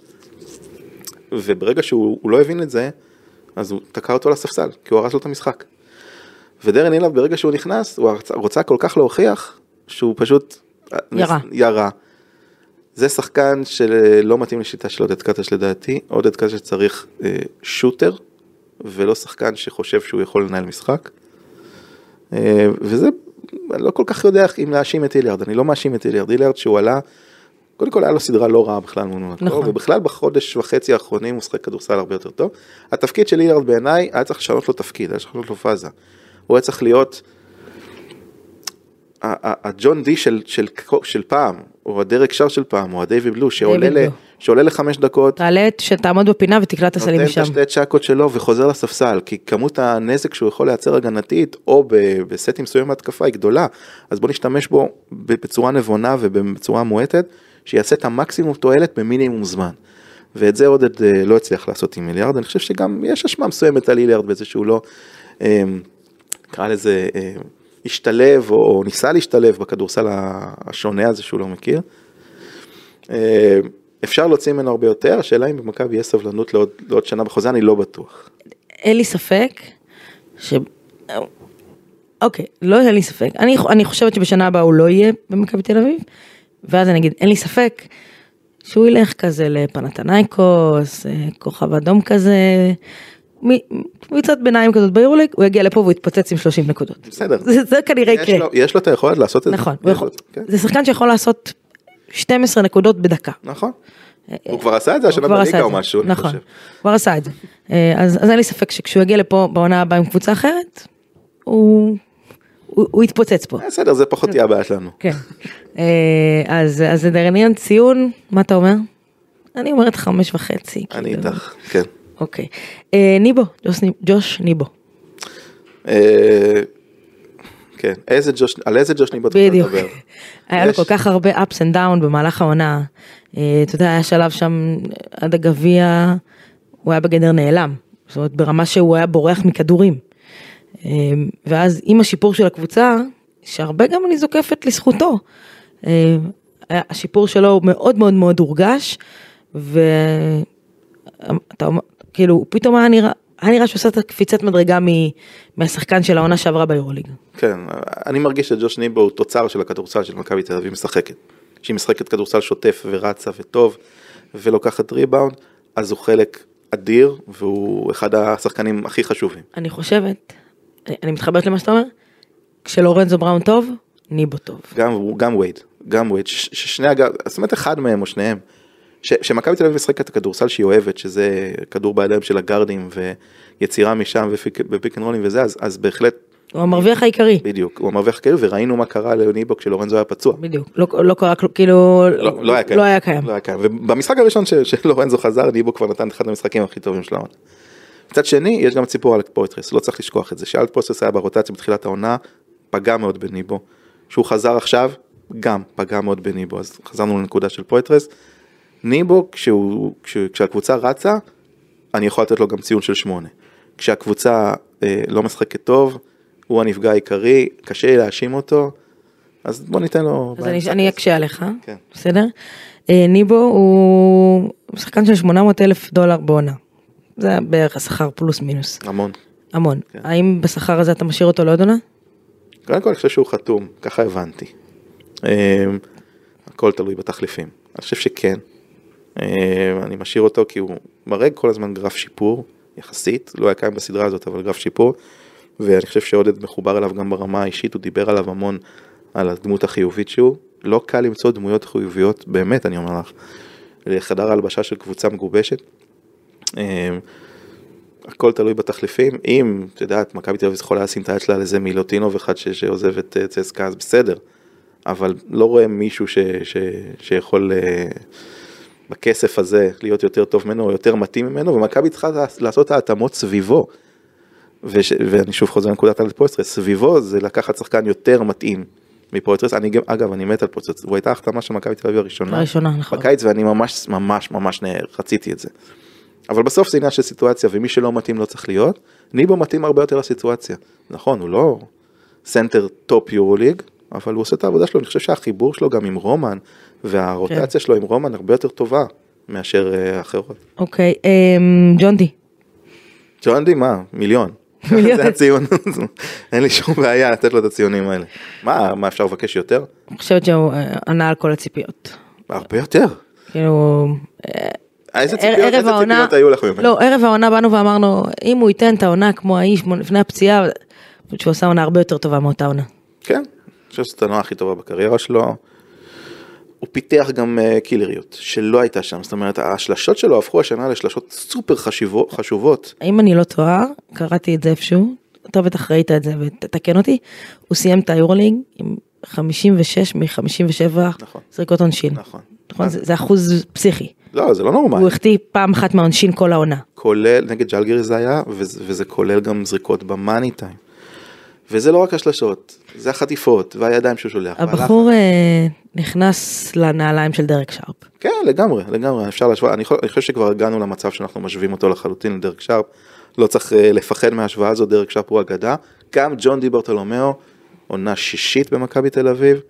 וברגע שהוא לא הבין את זה, אז הוא תקע אותו לספסל, כי הוא הרס לו את המשחק. ודרן היליארד, ברגע שהוא נכנס, הוא רוצה כל כך להוכיח, שהוא פשוט ירה. זה שחקן שלא מתאים לשיטה של עודד קטש לדעתי, עודד קטש צריך שוטר, ולא שחקן שחושב שהוא יכול לנהל משחק. וזה, אני לא כל כך יודע אם להאשים את היליארד, אני לא מאשים את היליארד שהוא עלה, קודם כל היה לו סדרה לא רעה בכלל מונקו, נכון. ובכלל בחודש וחצי האחרונים הוא שחק כדורסל הרבה יותר טוב. התפקיד של היליארד בעיניי היה צריך לשנות לו תפקיד, היה צריך לשנות לו פאזה. הוא היה צריך להיות הג'ון די של פעם, או הדרק שר של פעם, או הדייבי בלו, שעולה ל5 דקות. תעלה שתעמוד בפינה ותקלע את הסלים משם. נותן את השתי צ'קות שלו וחוזר לספסל, כי כמות הנזק שהוא יכול לייצר הגנתית, או בסטים מסוים התקפה היא גדולה, אז בוא נשתמש בו בצורה נבונה ובצורה מועטת, שיעשה את המקסימום תועלת במינימום זמן. ואת זה עודד לא הצליח לעשות עם היליארד, אני חושב שגם יש אשמה מסוימת על היליארד, בזה שהוא לא, קרא לזה, השתלב, או ניסה להשתלב בכדורסל השונה הזה שהוא לא מכיר. אפשר להוציא ממנו הרבה יותר, השאלה אם במכבי יש סבלנות לעוד שנה בחוזה, אני לא בטוח. אין לי ספק אוקיי, לא אין לי ספק. אני חושבת שבשנה הבאה הוא לא יהיה במכבי תל אביב, ואז אני אגיד, אין לי ספק שהוא ילך כזה לפנתנייקוס, כוכב אדום כזה, קבוצת ביניים כזאת ביורוליג, הוא יגיע לפה והוא יתפוצץ עם 30 נקודות. בסדר. זה כנראה יקרה. יש לו את היכולת לעשות את זה. נכון. זה שחקן שיכול לעשות 12 נקודות בדקה. נכון. הוא כבר עשה את זה השנה בליגה או משהו, אני חושב. נכון, כבר עשה את זה. אז אין לי ספק שכשהוא יגיע לפה בעונה הבאה עם קבוצה אחרת, הוא יתפוצץ פה. בסדר, זה פחות תהיה הבעיה שלנו. כן. אז זה דרניאן ציון, מה אתה אומר? אני אומרת 5.5. אני איתך, כן. אוקיי. ניבו, ג'וש ניבו. כן, על איזה ג'וש ניבו אתה רוצה לדבר? היה לו כל כך הרבה ups and down במהלך העונה. אתה יודע, היה שלב שם עד הגביע, הוא היה בגדר נעלם. זאת אומרת, ברמה שהוא היה בורח מכדורים. ואז עם השיפור של הקבוצה, שהרבה גם אני זוקפת לזכותו, השיפור שלו מאוד מאוד מאוד הורגש, כאילו, פתאום היה נראה שעושה את הקפיצת מדרגה מהשחקן של העונה שעברה ביורוליג. כן, אני מרגיש שג'וש ניבו הוא תוצר של הכדורסל של מכבי תל אביב משחקת. שהיא משחקת כדורסל שוטף ורצה וטוב, ולוקחת ריבאונד, אז הוא חלק אדיר, והוא אחד השחקנים הכי חשובים. אני חושבת, אני מתחברת למה שאתה אומר, כשלורנזו בראון טוב, ניבו טוב. גם וייד, זאת אומרת אחד מהם או שניהם, שמכבי תל אביב משחקת את הכדורסל שהיא אוהבת, שזה כדור בידיים של הגארדים, ויצירה משם ופיק אנד רולים וזה, אז בהחלט... הוא המרוויח העיקרי. בדיוק, הוא המרוויח העיקרי, וראינו מה קרה לניבו כשלורנזו היה פצוע. בדיוק, לא קרה, כאילו... לא היה קיים. ובמשחק הראשון שלורנזו חזר, ניבו כבר נתן אחד המשחקים הכי טובים של העונה. מצד שני, יש גם ציפור על פויטרס, לא צריך לשכוח את זה, שאלת פויטרס היה ברוטציה בתחילת העונה, פגע מאוד בניבו. שהוא חזר עכשיו, גם פגע מאוד בניבו, אז חזרנו לנקודה של פויטרס. ניבו, כשהקבוצה רצה, אני יכול לתת לו גם ציון של 8. כשהקבוצה לא משחקת טוב, הוא הנפגע העיקרי, קשה להאשים אותו, אז בוא ניתן לו... אז אני אקשה עליך, בסדר? ניבו הוא שחקן של $800,000 בעונה. זה בערך השכר פלוס מינוס. המון. האם בשכר הזה אתה משאיר אותו לעוד עונה? קודם כל אני חושב שהוא חתום, ככה הבנתי. הכל תלוי בתחליפים. אני חושב שכן. אני משאיר אותו כי הוא מראה כל הזמן גרף שיפור, יחסית, לא היה קיים בסדרה הזאת, אבל גרף שיפור, ואני חושב שעודד מחובר אליו גם ברמה האישית, הוא דיבר עליו המון על הדמות החיובית שהוא, לא קל למצוא דמויות חיוביות, באמת אני אומר לך, לחדר ההלבשה של קבוצה מגובשת, הכל תלוי בתחליפים, אם, את יודעת, מכבי תל אביב יכולה לשים את היד שלה על איזה מילוטינוב אחד שעוזב את צסקה, אז בסדר, אבל לא רואה מישהו שיכול בכסף הזה להיות יותר טוב ממנו, או יותר מתאים ממנו, ומכבי צריכה לעשות ההתאמות סביבו, ואני שוב חוזר לנקודת על פויטרס, סביבו זה לקחת שחקן יותר מתאים מפויטרס, אגב, אני מת על פויטרס, הוא הייתה החתמה של מכבי תל אביב הראשונה, נכון. בקיץ, ואני ממש רציתי את זה. אבל בסוף זה עניין של סיטואציה, ומי שלא מתאים לא צריך להיות, ניבו מתאים הרבה יותר לסיטואציה. נכון, הוא לא סנטר טופ יורוליג, אבל הוא עושה את העבודה שלו, אני חושב שהחיבור שלו גם עם רומן, והרוטציה שלו עם רומן הרבה יותר טובה, מאשר אחרות. אוקיי, ג'ונדי. ג'ונדי, מה? מיליון. זה הציון, אין לי שום בעיה לתת לו את הציונים האלה. מה אפשר לבקש יותר? אני חושבת שהוא ענה על כל הציפיות. הרבה יותר. כאילו... איזה ציפיות היו לך ממנו? לא, ערב העונה באנו ואמרנו, אם הוא ייתן את העונה כמו האיש לפני הפציעה, שהוא עושה עונה הרבה יותר טובה מאותה עונה. כן, אני חושב שזאת העונה הכי טובה בקריירה שלו. הוא פיתח גם קילריות, שלא הייתה שם. זאת אומרת, השלשות שלו הפכו השנה לשלשות סופר חשובות. אם אני לא טועה, קראתי את זה איפשהו, אתה בטח ראית את זה ותתקן אותי, הוא סיים את היורוליג עם 56 מ-57 זריקות עונשין. נכון. זה אחוז פסיכי. לא, זה לא נורמלי. הוא החטיא פעם אחת מהעונשין כל העונה. כולל, נגד ג'לגירי זה היה, וזה כולל גם זריקות במאני טיים. וזה לא רק השלשות, זה החטיפות והידיים שהוא שולח. הבחור נכנס לנעליים של דרק שרפ. כן, לגמרי, אפשר להשוות. אני חושב שכבר הגענו למצב שאנחנו משווים אותו לחלוטין לדרק שרפ. לא צריך לפחד מההשוואה הזו, דרק שרפ הוא אגדה. גם ג'ון די ברטולומיאו, עונה שישית במכבי תל אביב.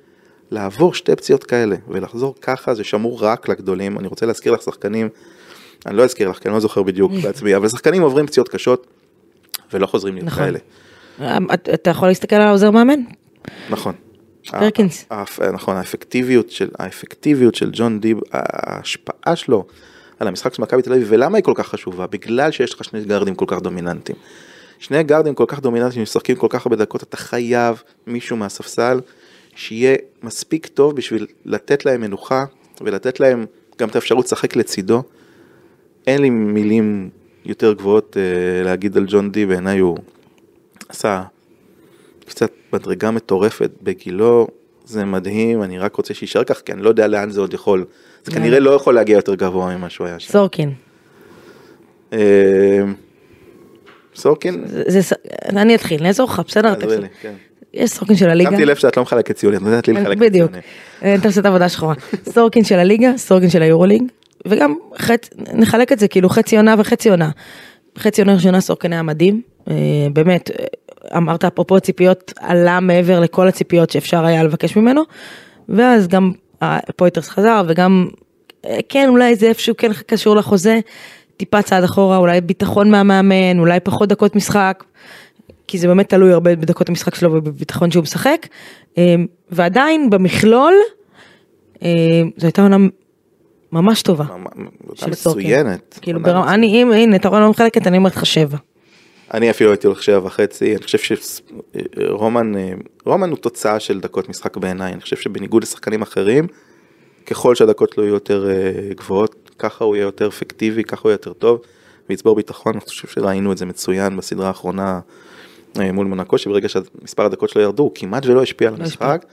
לעבור 2 פציעות כאלה, ולחזור ככה, זה שמור רק לגדולים. אני רוצה להזכיר לך שחקנים, אני לא אזכיר לך, כי אני לא זוכר בדיוק בעצמי, אבל שחקנים עוברים פציעות קשות, ולא חוזרים להיות כאלה. אתה יכול להסתכל על העוזר מאמן? נכון. פרקינס. נכון, האפקטיביות של ג'ון דיב, ההשפעה שלו על המשחק של מכבי תל אביב, ולמה היא כל כך חשובה? בגלל שיש לך 2 גארדים כל כך דומיננטיים. 2 גארדים כל כך דומיננטיים, משחקים כל כך הרבה דקות, אתה חייב מישהו מהספסל, שיהיה מספיק טוב בשביל לתת להם מנוחה, ולתת להם גם את האפשרות לשחק לצידו. אין לי מילים יותר גבוהות להגיד על ג'ון די, בעיניי הוא עשה קצת מדרגה מטורפת בגילו, זה מדהים, אני רק רוצה שישאר כך, כי אני לא יודע לאן זה עוד יכול, זה כנראה לא יכול להגיע יותר גבוה ממה שהוא היה שם. סורקין. סורקין? אני אתחיל, נעזור לך, בסדר? כן. יש סורקין של הליגה. שמתי לב שאת לא מחלקת ציונים, את נותנת לי לחלק ציונים. בדיוק, אתה עושה את העבודה שחורה. סורקין של הליגה, סורקין של היורוליג, וגם נחלק את זה כאילו חצי עונה וחצי עונה. חצי עונה ראשונה סורקין היה מדהים, באמת, אמרת אפרופו ציפיות, עלה מעבר לכל הציפיות שאפשר היה לבקש ממנו, ואז גם פויטרס חזר, וגם, כן, אולי זה איפשהו כן קשור לחוזה, טיפה צעד אחורה, אולי ביטחון מהמאמן, אולי פחות דקות משחק, כי זה באמת תלוי הרבה בדקות המשחק שלו ובביטחון שהוא משחק, ועדיין במכלול, זו הייתה עונה ממש טובה. מצוינת. כאילו, הנה, אתה רואה לא מחלקת, אני אומרת לך 7. אני אפילו הייתי הולך 7.5, אני חושב שרומן הוא תוצאה של דקות משחק בעיניי, אני חושב שבניגוד לשחקנים אחרים, ככל שהדקות לא יהיו יותר גבוהות, ככה הוא יהיה יותר אפקטיבי, ככה הוא יהיה יותר טוב, ויצבור ביטחון, אני חושב שראינו את זה מצוין בסדרה האחרונה מול מונקו, שברגע שמספר הדקות שלו ירדו, הוא כמעט ולא השפיע על המשחק.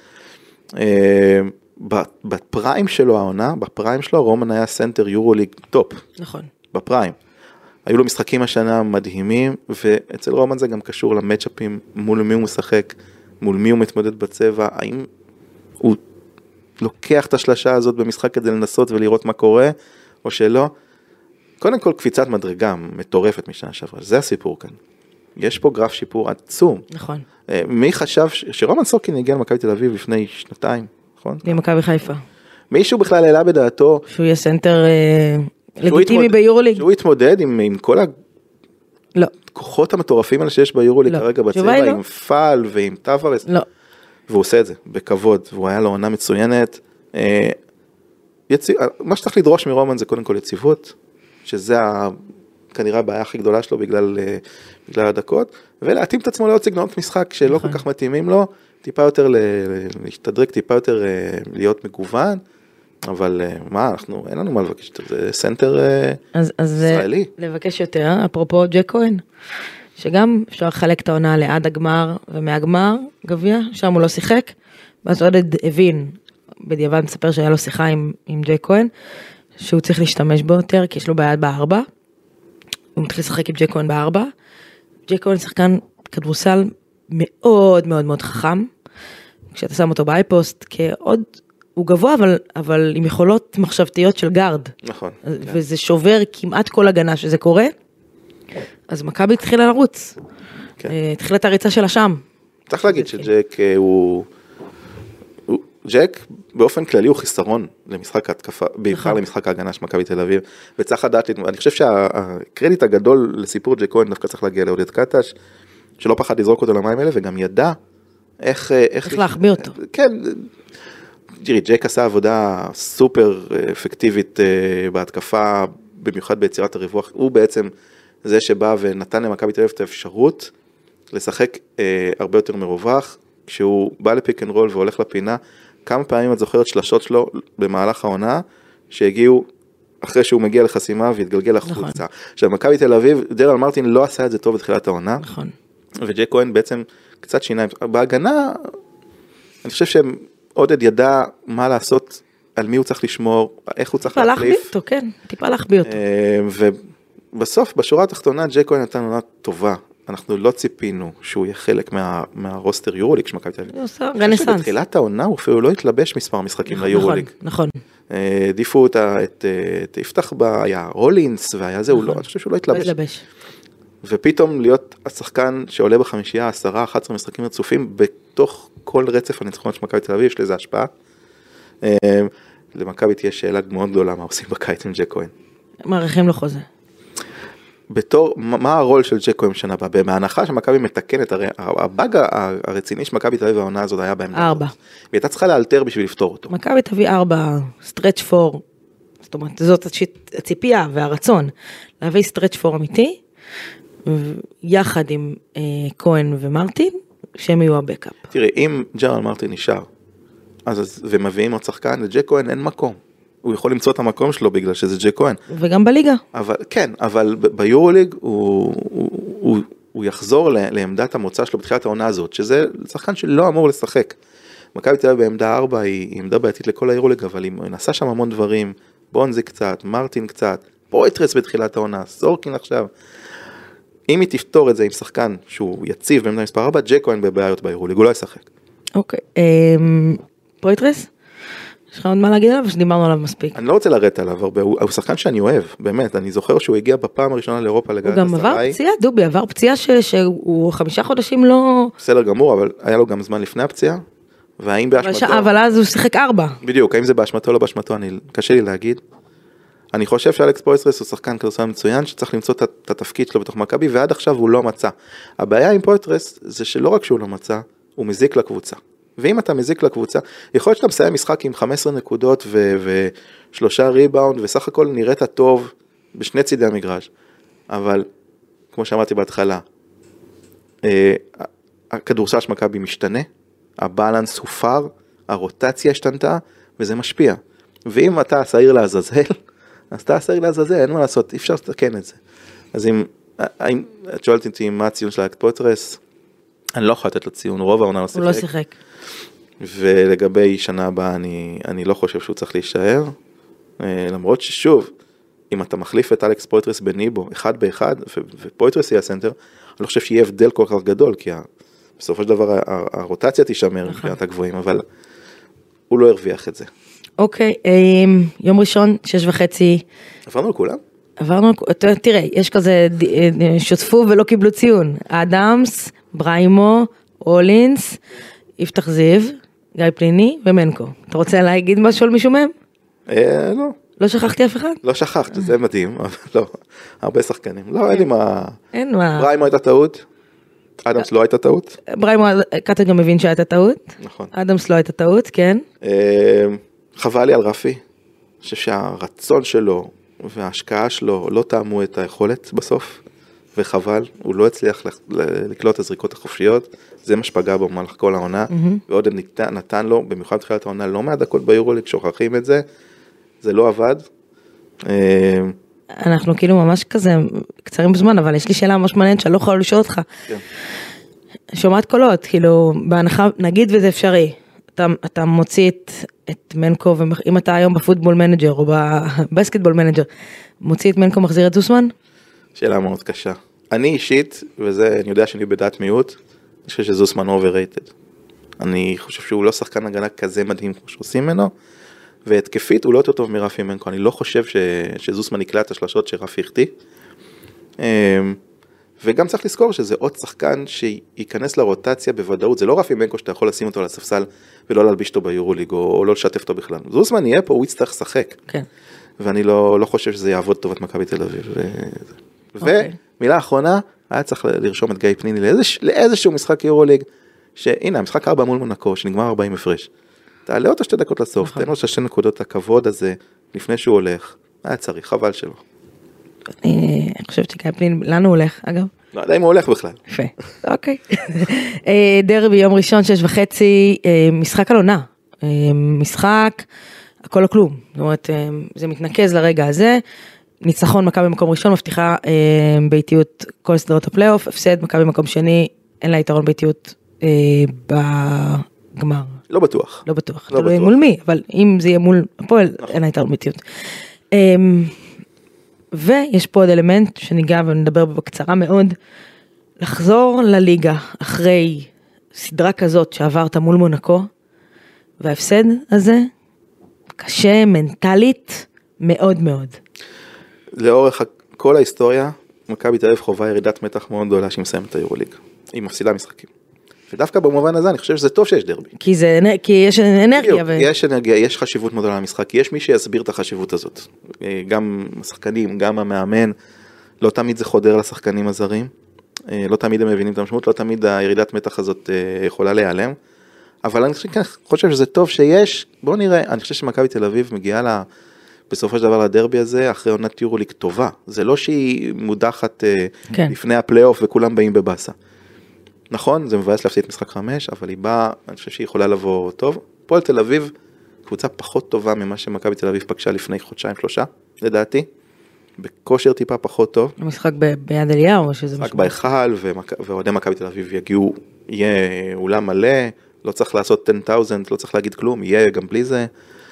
בפריים שלו העונה, בפריים שלו רומן היה סנטר יורוליג טופ. נכון. בפריים. היו לו משחקים השנה מדהימים, ואצל רומן זה גם קשור למצ'אפים, מול מי הוא משחק, מול מי הוא מתמודד בצבע, האם הוא לוקח את השלשה הזאת במשחק כדי לנסות ולראות מה קורה, או שלא. קודם כל קפיצת מדרגה מטורפת משנה שעברה, זה הסיפור כאן. יש פה גרף שיפור עצום. נכון. מי חשב שרומן סורקין הגיע למכבי תל אביב לפני 2 נכון? למכבי חיפה. מישהו בכלל העלה בדעתו שהוא יהיה סנטר לגיטימי ביורוליג. שהוא יתמודד עם כל הכוחות המטורפים האלה שיש ביורוליג כרגע בצבע, עם פאל ועם טוורס. לא. והוא עושה את זה בכבוד, והוא היה לו עונה מצוינת. מה שצריך לדרוש מרומן זה קודם כל יציבות, שזה כנראה הבעיה הכי גדולה שלו בגלל הדקות, ולהתאים את עצמו לעוד סגנונות משחק שלא כל כך מתאימים לו, טיפה יותר להשתדרג, טיפה יותר להיות מגוון, אבל מה, אין לנו מה לבקש, זה סנטר ישראלי. אז לבקש יותר, אפרופו ג'ק כהן, שגם אפשר לחלק את העונה לעד הגמר ומהגמר גביע, שם הוא לא שיחק, ואז עודד הבין, בדיעבד מספר שהיה לו שיחה עם ג'ק כהן, שהוא צריך להשתמש בו יותר, כי יש לו בעיה ב4, הוא מתחיל לשחק עם ג'ק כהן ב4, ג'ק כהן שחקן כדורסל מאוד מאוד מאוד חכם, כשאתה שם אותו באייפוסט, כעוד, הוא גבוה, אבל עם יכולות מחשבתיות של גארד. נכון. וזה שובר כמעט כל הגנה שזה קורה, אז מכבי התחילה לרוץ. התחילה את הריצה שלה שם. צריך להגיד שג'ק ג'ק באופן כללי הוא חיסרון למשחק ההתקפה, בעיקר למשחק ההגנה של מכבי תל אביב, וצריך לדעת, אני חושב שהקרדיט הגדול לסיפור ג'ק כהן דווקא צריך להגיע לעודד קטש, שלא פחד לזרוק אותו למים האלה, וגם ידע איך להחביא אותו. כן, תראי, ג'ק עשה עבודה סופר אפקטיבית בהתקפה, במיוחד ביצירת הריווח, הוא בעצם זה שבא ונתן למכבי תל אביב את האפשרות לשחק הרבה יותר מרווח, כשהוא בא לפיק אנד רול והולך לפינה, כמה פעמים את זוכרת שלשות שלו במהלך העונה, שהגיעו אחרי שהוא מגיע לחסימה והתגלגל החוצה. עכשיו, מכבי תל אביב, דרל מרטין לא עשה את זה טוב בתחילת העונה, נכון. וג'ק כהן בעצם קצת שינה, בהגנה, אני חושב שעודד ידע מה לעשות, על מי הוא צריך לשמור, איך הוא צריך להחליף. להחביא אותו, כן, טיפה להחביא אותו. ובסוף, בשורה התחתונה, ג'ק כהן נתן עונה טובה. אנחנו לא ציפינו שהוא יהיה חלק מהרוסטר יורוליג שמכבי תל אביב. הוא עושה רנסנס. בתחילת העונה הוא אפילו לא התלבש מספר משחקים ליורוליג. נכון. דיפו את יפתח בה, היה רולינס והיה זה, אני חושב שהוא לא התלבש. ופתאום להיות השחקן שעולה בחמישייה 10-11 משחקים רצופים, בתוך כל רצף הניצחונות של מכבי תל אביב, יש לזה השפעה. למכבי תהיה שאלה מאוד גדולה, מה עושים בקיץ עם ג'ק כהן. מעריכים לו חוזה. מה הרול של ג'ק כהן שנה הבאה? בהנחה שמכבי מתקנת, הרי הבאג הרציני שמכבי תל אביב העונה הזאת היה בעמדה. 4. והיא הייתה צריכה לאלתר בשביל לפתור אותו. מכבי תביא 4, סטרץ' פור, זאת אומרת, זאת הציפייה והרצון, להביא סטרץ' פור אמיתי, יחד עם כהן ומרטין, שהם יהיו הבקאפ. תראי, אם ג'רל מרטין נשאר, ומביאים עוד שחקן, לג'ק כהן אין מקום. הוא יכול למצוא את המקום שלו בגלל שזה ג'ק כהן. וגם בליגה. כן, אבל ביורוליג הוא יחזור לעמדת המוצא שלו בתחילת העונה הזאת, שזה שחקן שלא אמור לשחק. מכבי תל אביב בעמדה 4 היא עמדה בעייתית לכל היורוליג, אבל היא נעשה שם המון דברים, בונזי קצת, מרטין קצת, פויטרס בתחילת העונה, סורקין עכשיו. אם היא תפתור את זה עם שחקן שהוא יציב בעמדה מספר 4, ג'ק כהן בבעיות ביורוליג, הוא לא ישחק. אוקיי, פויטרס? יש לך עוד מה להגיד עליו, שדיברנו עליו מספיק. אני לא רוצה לרדת עליו הרבה, הוא שחקן שאני אוהב, באמת, אני זוכר שהוא הגיע בפעם הראשונה לאירופה לגעת הוא גם עבר פציעה, דובי, עבר פציעה שהוא 5 חודשים לא... בסדר גמור, אבל היה לו גם זמן לפני הפציעה, והאם באשמתו... אבל אז הוא שיחק 4. בדיוק, האם זה באשמתו או לא באשמתו, קשה לי להגיד. אני חושב שאלכס פויטרס הוא שחקן כדורסל מצוין, שצריך למצוא את התפקיד שלו בתוך מכבי, ועד עכשיו הוא לא מצא. הבעיה עם פויטרס זה שלא רק שהוא לא מצא, הוא מזיק לקבוצה. ואם אתה מזיק לקבוצה, יכול להיות שאתה מסיים משחק עם 15 נקודות ו3 ריבאונד, וסך הכל נראית טוב בשני צידי המגרש. אבל, כמו שאמרתי בהתחלה, הכדורסל של מכבי משתנה, הבאלנס הופר, הרוטציה השתנתה, וזה משפיע. ואם אתה שעיר לעזאזל, אז אתה שעיר לעזאזל, אין מה לעשות, אי אפשר לתקן את זה. אז אם את שואלת אותי מה הציון של אלכס פויטרס, אני לא יכול לתת לו ציון, רוב העונה לא שיחק. הוא לא שיחק. ולגבי שנה הבאה, אני לא חושב שהוא צריך להישאר, למרות ששוב, אם אתה מחליף את אלכס פויטרס בניבו, 1-1, ופויטרס יהיה הסנטר, אני לא חושב שיהיה הבדל כל כך גדול, כי בסופו של דבר הרוטציה תישמר מבחינת הגבוהים, אבל הוא לא הרוויח את זה. אוקיי, יום ראשון, 6:30. עברנו לכולם? עברנו, תראה, יש כזה, שותפו ולא קיבלו ציון. אדמס, בריימו, אולינס, יפתח זיו, גיא פליני ומנקו. אתה רוצה להגיד משהו על מישהו מהם? לא. לא שכחתי אף אחד? לא שכחת, זה מדהים, אבל לא, הרבה שחקנים. לא, אין לי מה... אין מה. בריימו הייתה טעות, אדמס לא הייתה טעות. בריימו, קטן גם מבין שהייתה טעות. נכון. אדמס לא הייתה טעות, כן. חבל לי על רפי, אני חושב שהרצון שלו וההשקעה שלו לא טעמו את היכולת בסוף, וחבל, הוא לא הצליח לקלוט את הזריקות החופשיות, זה מה שפגע בו במהלך כל העונה, ועוד נתן לו, במיוחד בתחילת העונה, לא מהדקות ביורוליג, שוכחים את זה, זה לא עבד. אנחנו כאילו ממש כזה קצרים בזמן, אבל יש לי שאלה ממש מעניינת שאני לא יכולה לשאול אותך. שומעת קולות, כאילו, בהנחה, נגיד וזה אפשרי, אתה מוציא את מנקו, אם אתה היום בפוטבול מנג'ר או בבסקטבול מנג'ר, מוציא את מנקו, מחזיר את זוסמן? שאלה מאוד קשה. אני אישית, וזה, אני יודע שאני בדעת מיעוט, אני חושב שזוסמן overrated. אני חושב שהוא לא שחקן הגנה כזה מדהים כמו שעושים ממנו, והתקפית הוא לא יותר טוב מרפי מנקו. אני לא חושב שזוסמן נקלע את השלשות שרפי החטיא. וגם צריך לזכור שזה עוד שחקן שייכנס לרוטציה בוודאות, זה לא רפי מנקו שאתה יכול לשים אותו על הספסל ולא להלביש אותו ביורוליג או לא לשתף אותו בכלל. זוסמן יהיה פה, הוא יצטרך לשחק. כן. ואני לא חושב שזה יעבוד טובת מכבי תל אביב. ומילה אחרונה, היה צריך לרשום את גיא פניני לאיזשהו משחק יורוליג, שהנה, המשחק 4 מול מונקו, שנגמר 40 הפרש. תעלה אותו 2 דקות לסוף, תן לו 2 נקודות הכבוד הזה, לפני שהוא הולך, היה צריך, חבל שלו. אני חושבת שגיא פניני, לאן הוא הולך, אגב? לא יודע אם הוא הולך בכלל. יפה, אוקיי. דרבי, יום ראשון, 6:30, משחק על עונה. משחק, הכל או כלום. זאת אומרת, זה מתנקז לרגע הזה. ניצחון מכבי במקום ראשון, מבטיחה ביתיות כל סדרות הפלייאוף. הפסד מכבי במקום שני, אין לה יתרון ביתיות בגמר. לא בטוח. לא בטוח. תלוי מול מי, אבל אם זה יהיה מול הפועל, אין לה יתרון ביתיות. ויש פה עוד אלמנט שניגע ונדבר בקצרה מאוד, לחזור לליגה אחרי סדרה כזאת שעברת מול מונקו, וההפסד הזה קשה מנטלית מאוד מאוד. לאורך כל ההיסטוריה, מכבי תל אביב חובה ירידת מתח מאוד גדולה שהיא מסיימת את היורוליג. היא מפסידה משחקים. ודווקא במובן הזה אני חושב שזה טוב שיש דרבי. כי יש אנרגיה. יש אנרגיה, יש חשיבות מאוד גדולה למשחק, יש מי שיסביר את החשיבות הזאת. גם השחקנים, גם המאמן, לא תמיד זה חודר לשחקנים הזרים, לא תמיד הם מבינים את המשמעות, לא תמיד הירידת מתח הזאת יכולה להיעלם, אבל אני חושב שזה טוב שיש, בואו נראה, אני חושב שמכבי תל אביב מגיעה בסופו של דבר לדרבי הזה, אחרי עונת יורוליג טובה, זה לא שהיא מודחת לפני הפלייאוף וכולם באים בבאסה. נכון, זה מבאס להפסיד את משחק 5, אבל היא באה, אני חושב שהיא יכולה לבוא טוב. הפועל תל אביב, קבוצה פחות טובה ממה שמכבי תל אביב פגשה לפני חודשיים, 3, לדעתי. בכושר טיפה פחות טוב. המשחק ביד אליהו, או שזה משחק בהיכל, ועודי מכבי תל אביב יגיעו, יהיה אולם מלא, לא צריך לעשות 10,000, לא צריך להגיד כלום, יהיה גם בלי זה,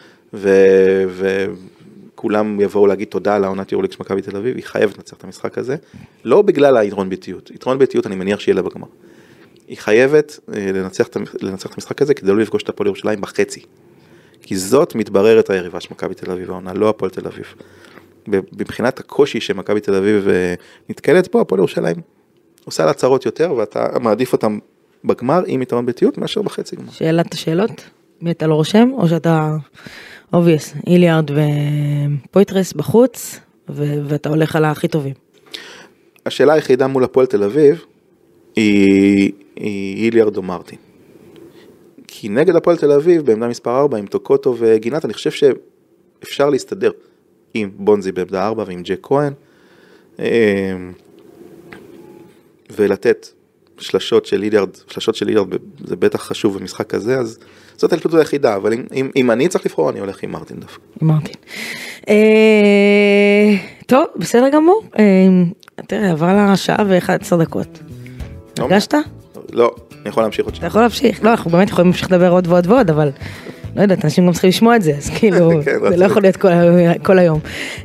וכולם יבואו להגיד תודה על העונת יורוליג של מכבי תל אביב, היא חייבת לנצח את המשחק הזה, לא בגלל היתרון ביתיות. יתרון ביתיות אני מניח שיהיה לה בגמר. היא חייבת לנצח את המשחק הזה, כדי לא לפגוש את הפועל ירושלים בחצי. כי זאת מתבררת היריבה של מכבי תל אביב, העונה, לא הפועל תל אביב. מבחינת הקושי שמכבי תל אביב נתקלת פה, הפועל ירושלים עושה לה צרות יותר, ואתה מעדיף אותם בגמר עם יתרון ביתיות, מאשר בחצי גמר. שאלת השאלות? מי אתה לא רושם? או שאתה אובייס, איליארד ופויטרס בחוץ, ואתה הולך על הכי טובים? השאלה היחידה מול הפועל תל אביב, היא איליארד או מרטין. כי נגד הפועל תל אביב, בעמדה מספר 4, עם טוקוטו וגינת, אני חושב שאפשר להסתדר עם בונזי בעמדה 4 ועם ג'ק כהן, ולתת שלשות של איליארד, זה בטח חשוב במשחק הזה, אז זאת ההתלבטות היחידה, אבל אם אני צריך לבחור, אני הולך עם מרטין דווקא. עם מרטין. טוב, בסדר גמור. תראה, עבר לה שעה ו11 דקות. הרגשת? לא, אני יכול להמשיך עוד שעה. אתה יכול להמשיך, לא, אנחנו באמת יכולים להמשיך לדבר עוד ועוד ועוד, אבל לא יודעת, אנשים גם צריכים לשמוע את זה, אז כאילו, זה לא יכול להיות כל היום.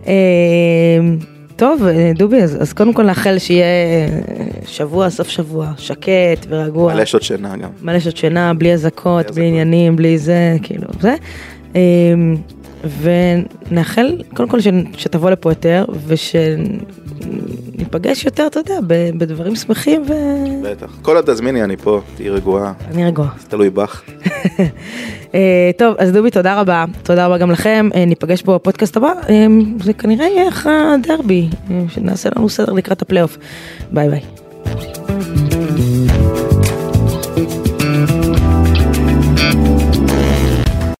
טוב, דובי, אז קודם כל נאחל שיהיה שבוע, סוף שבוע, שקט ורגוע. מלא שעות שינה גם. מלא שעות שינה, בלי הזקות, בלי עניינים, בלי זה, כאילו, זה. ונאחל, קודם כל שתבוא לפה יותר, ושניפגש יותר, אתה יודע, בדברים שמחים ו... בטח. כל עוד תזמיני, אני פה, תהי רגועה. אני רגועה. זה תלוי בך. טוב, אז דובי, תודה רבה. תודה רבה גם לכם. ניפגש פה בפודקאסט הבא. זה כנראה יהיה אחרי הדרבי, שנעשה לנו סדר לקראת הפלייאוף. ביי ביי.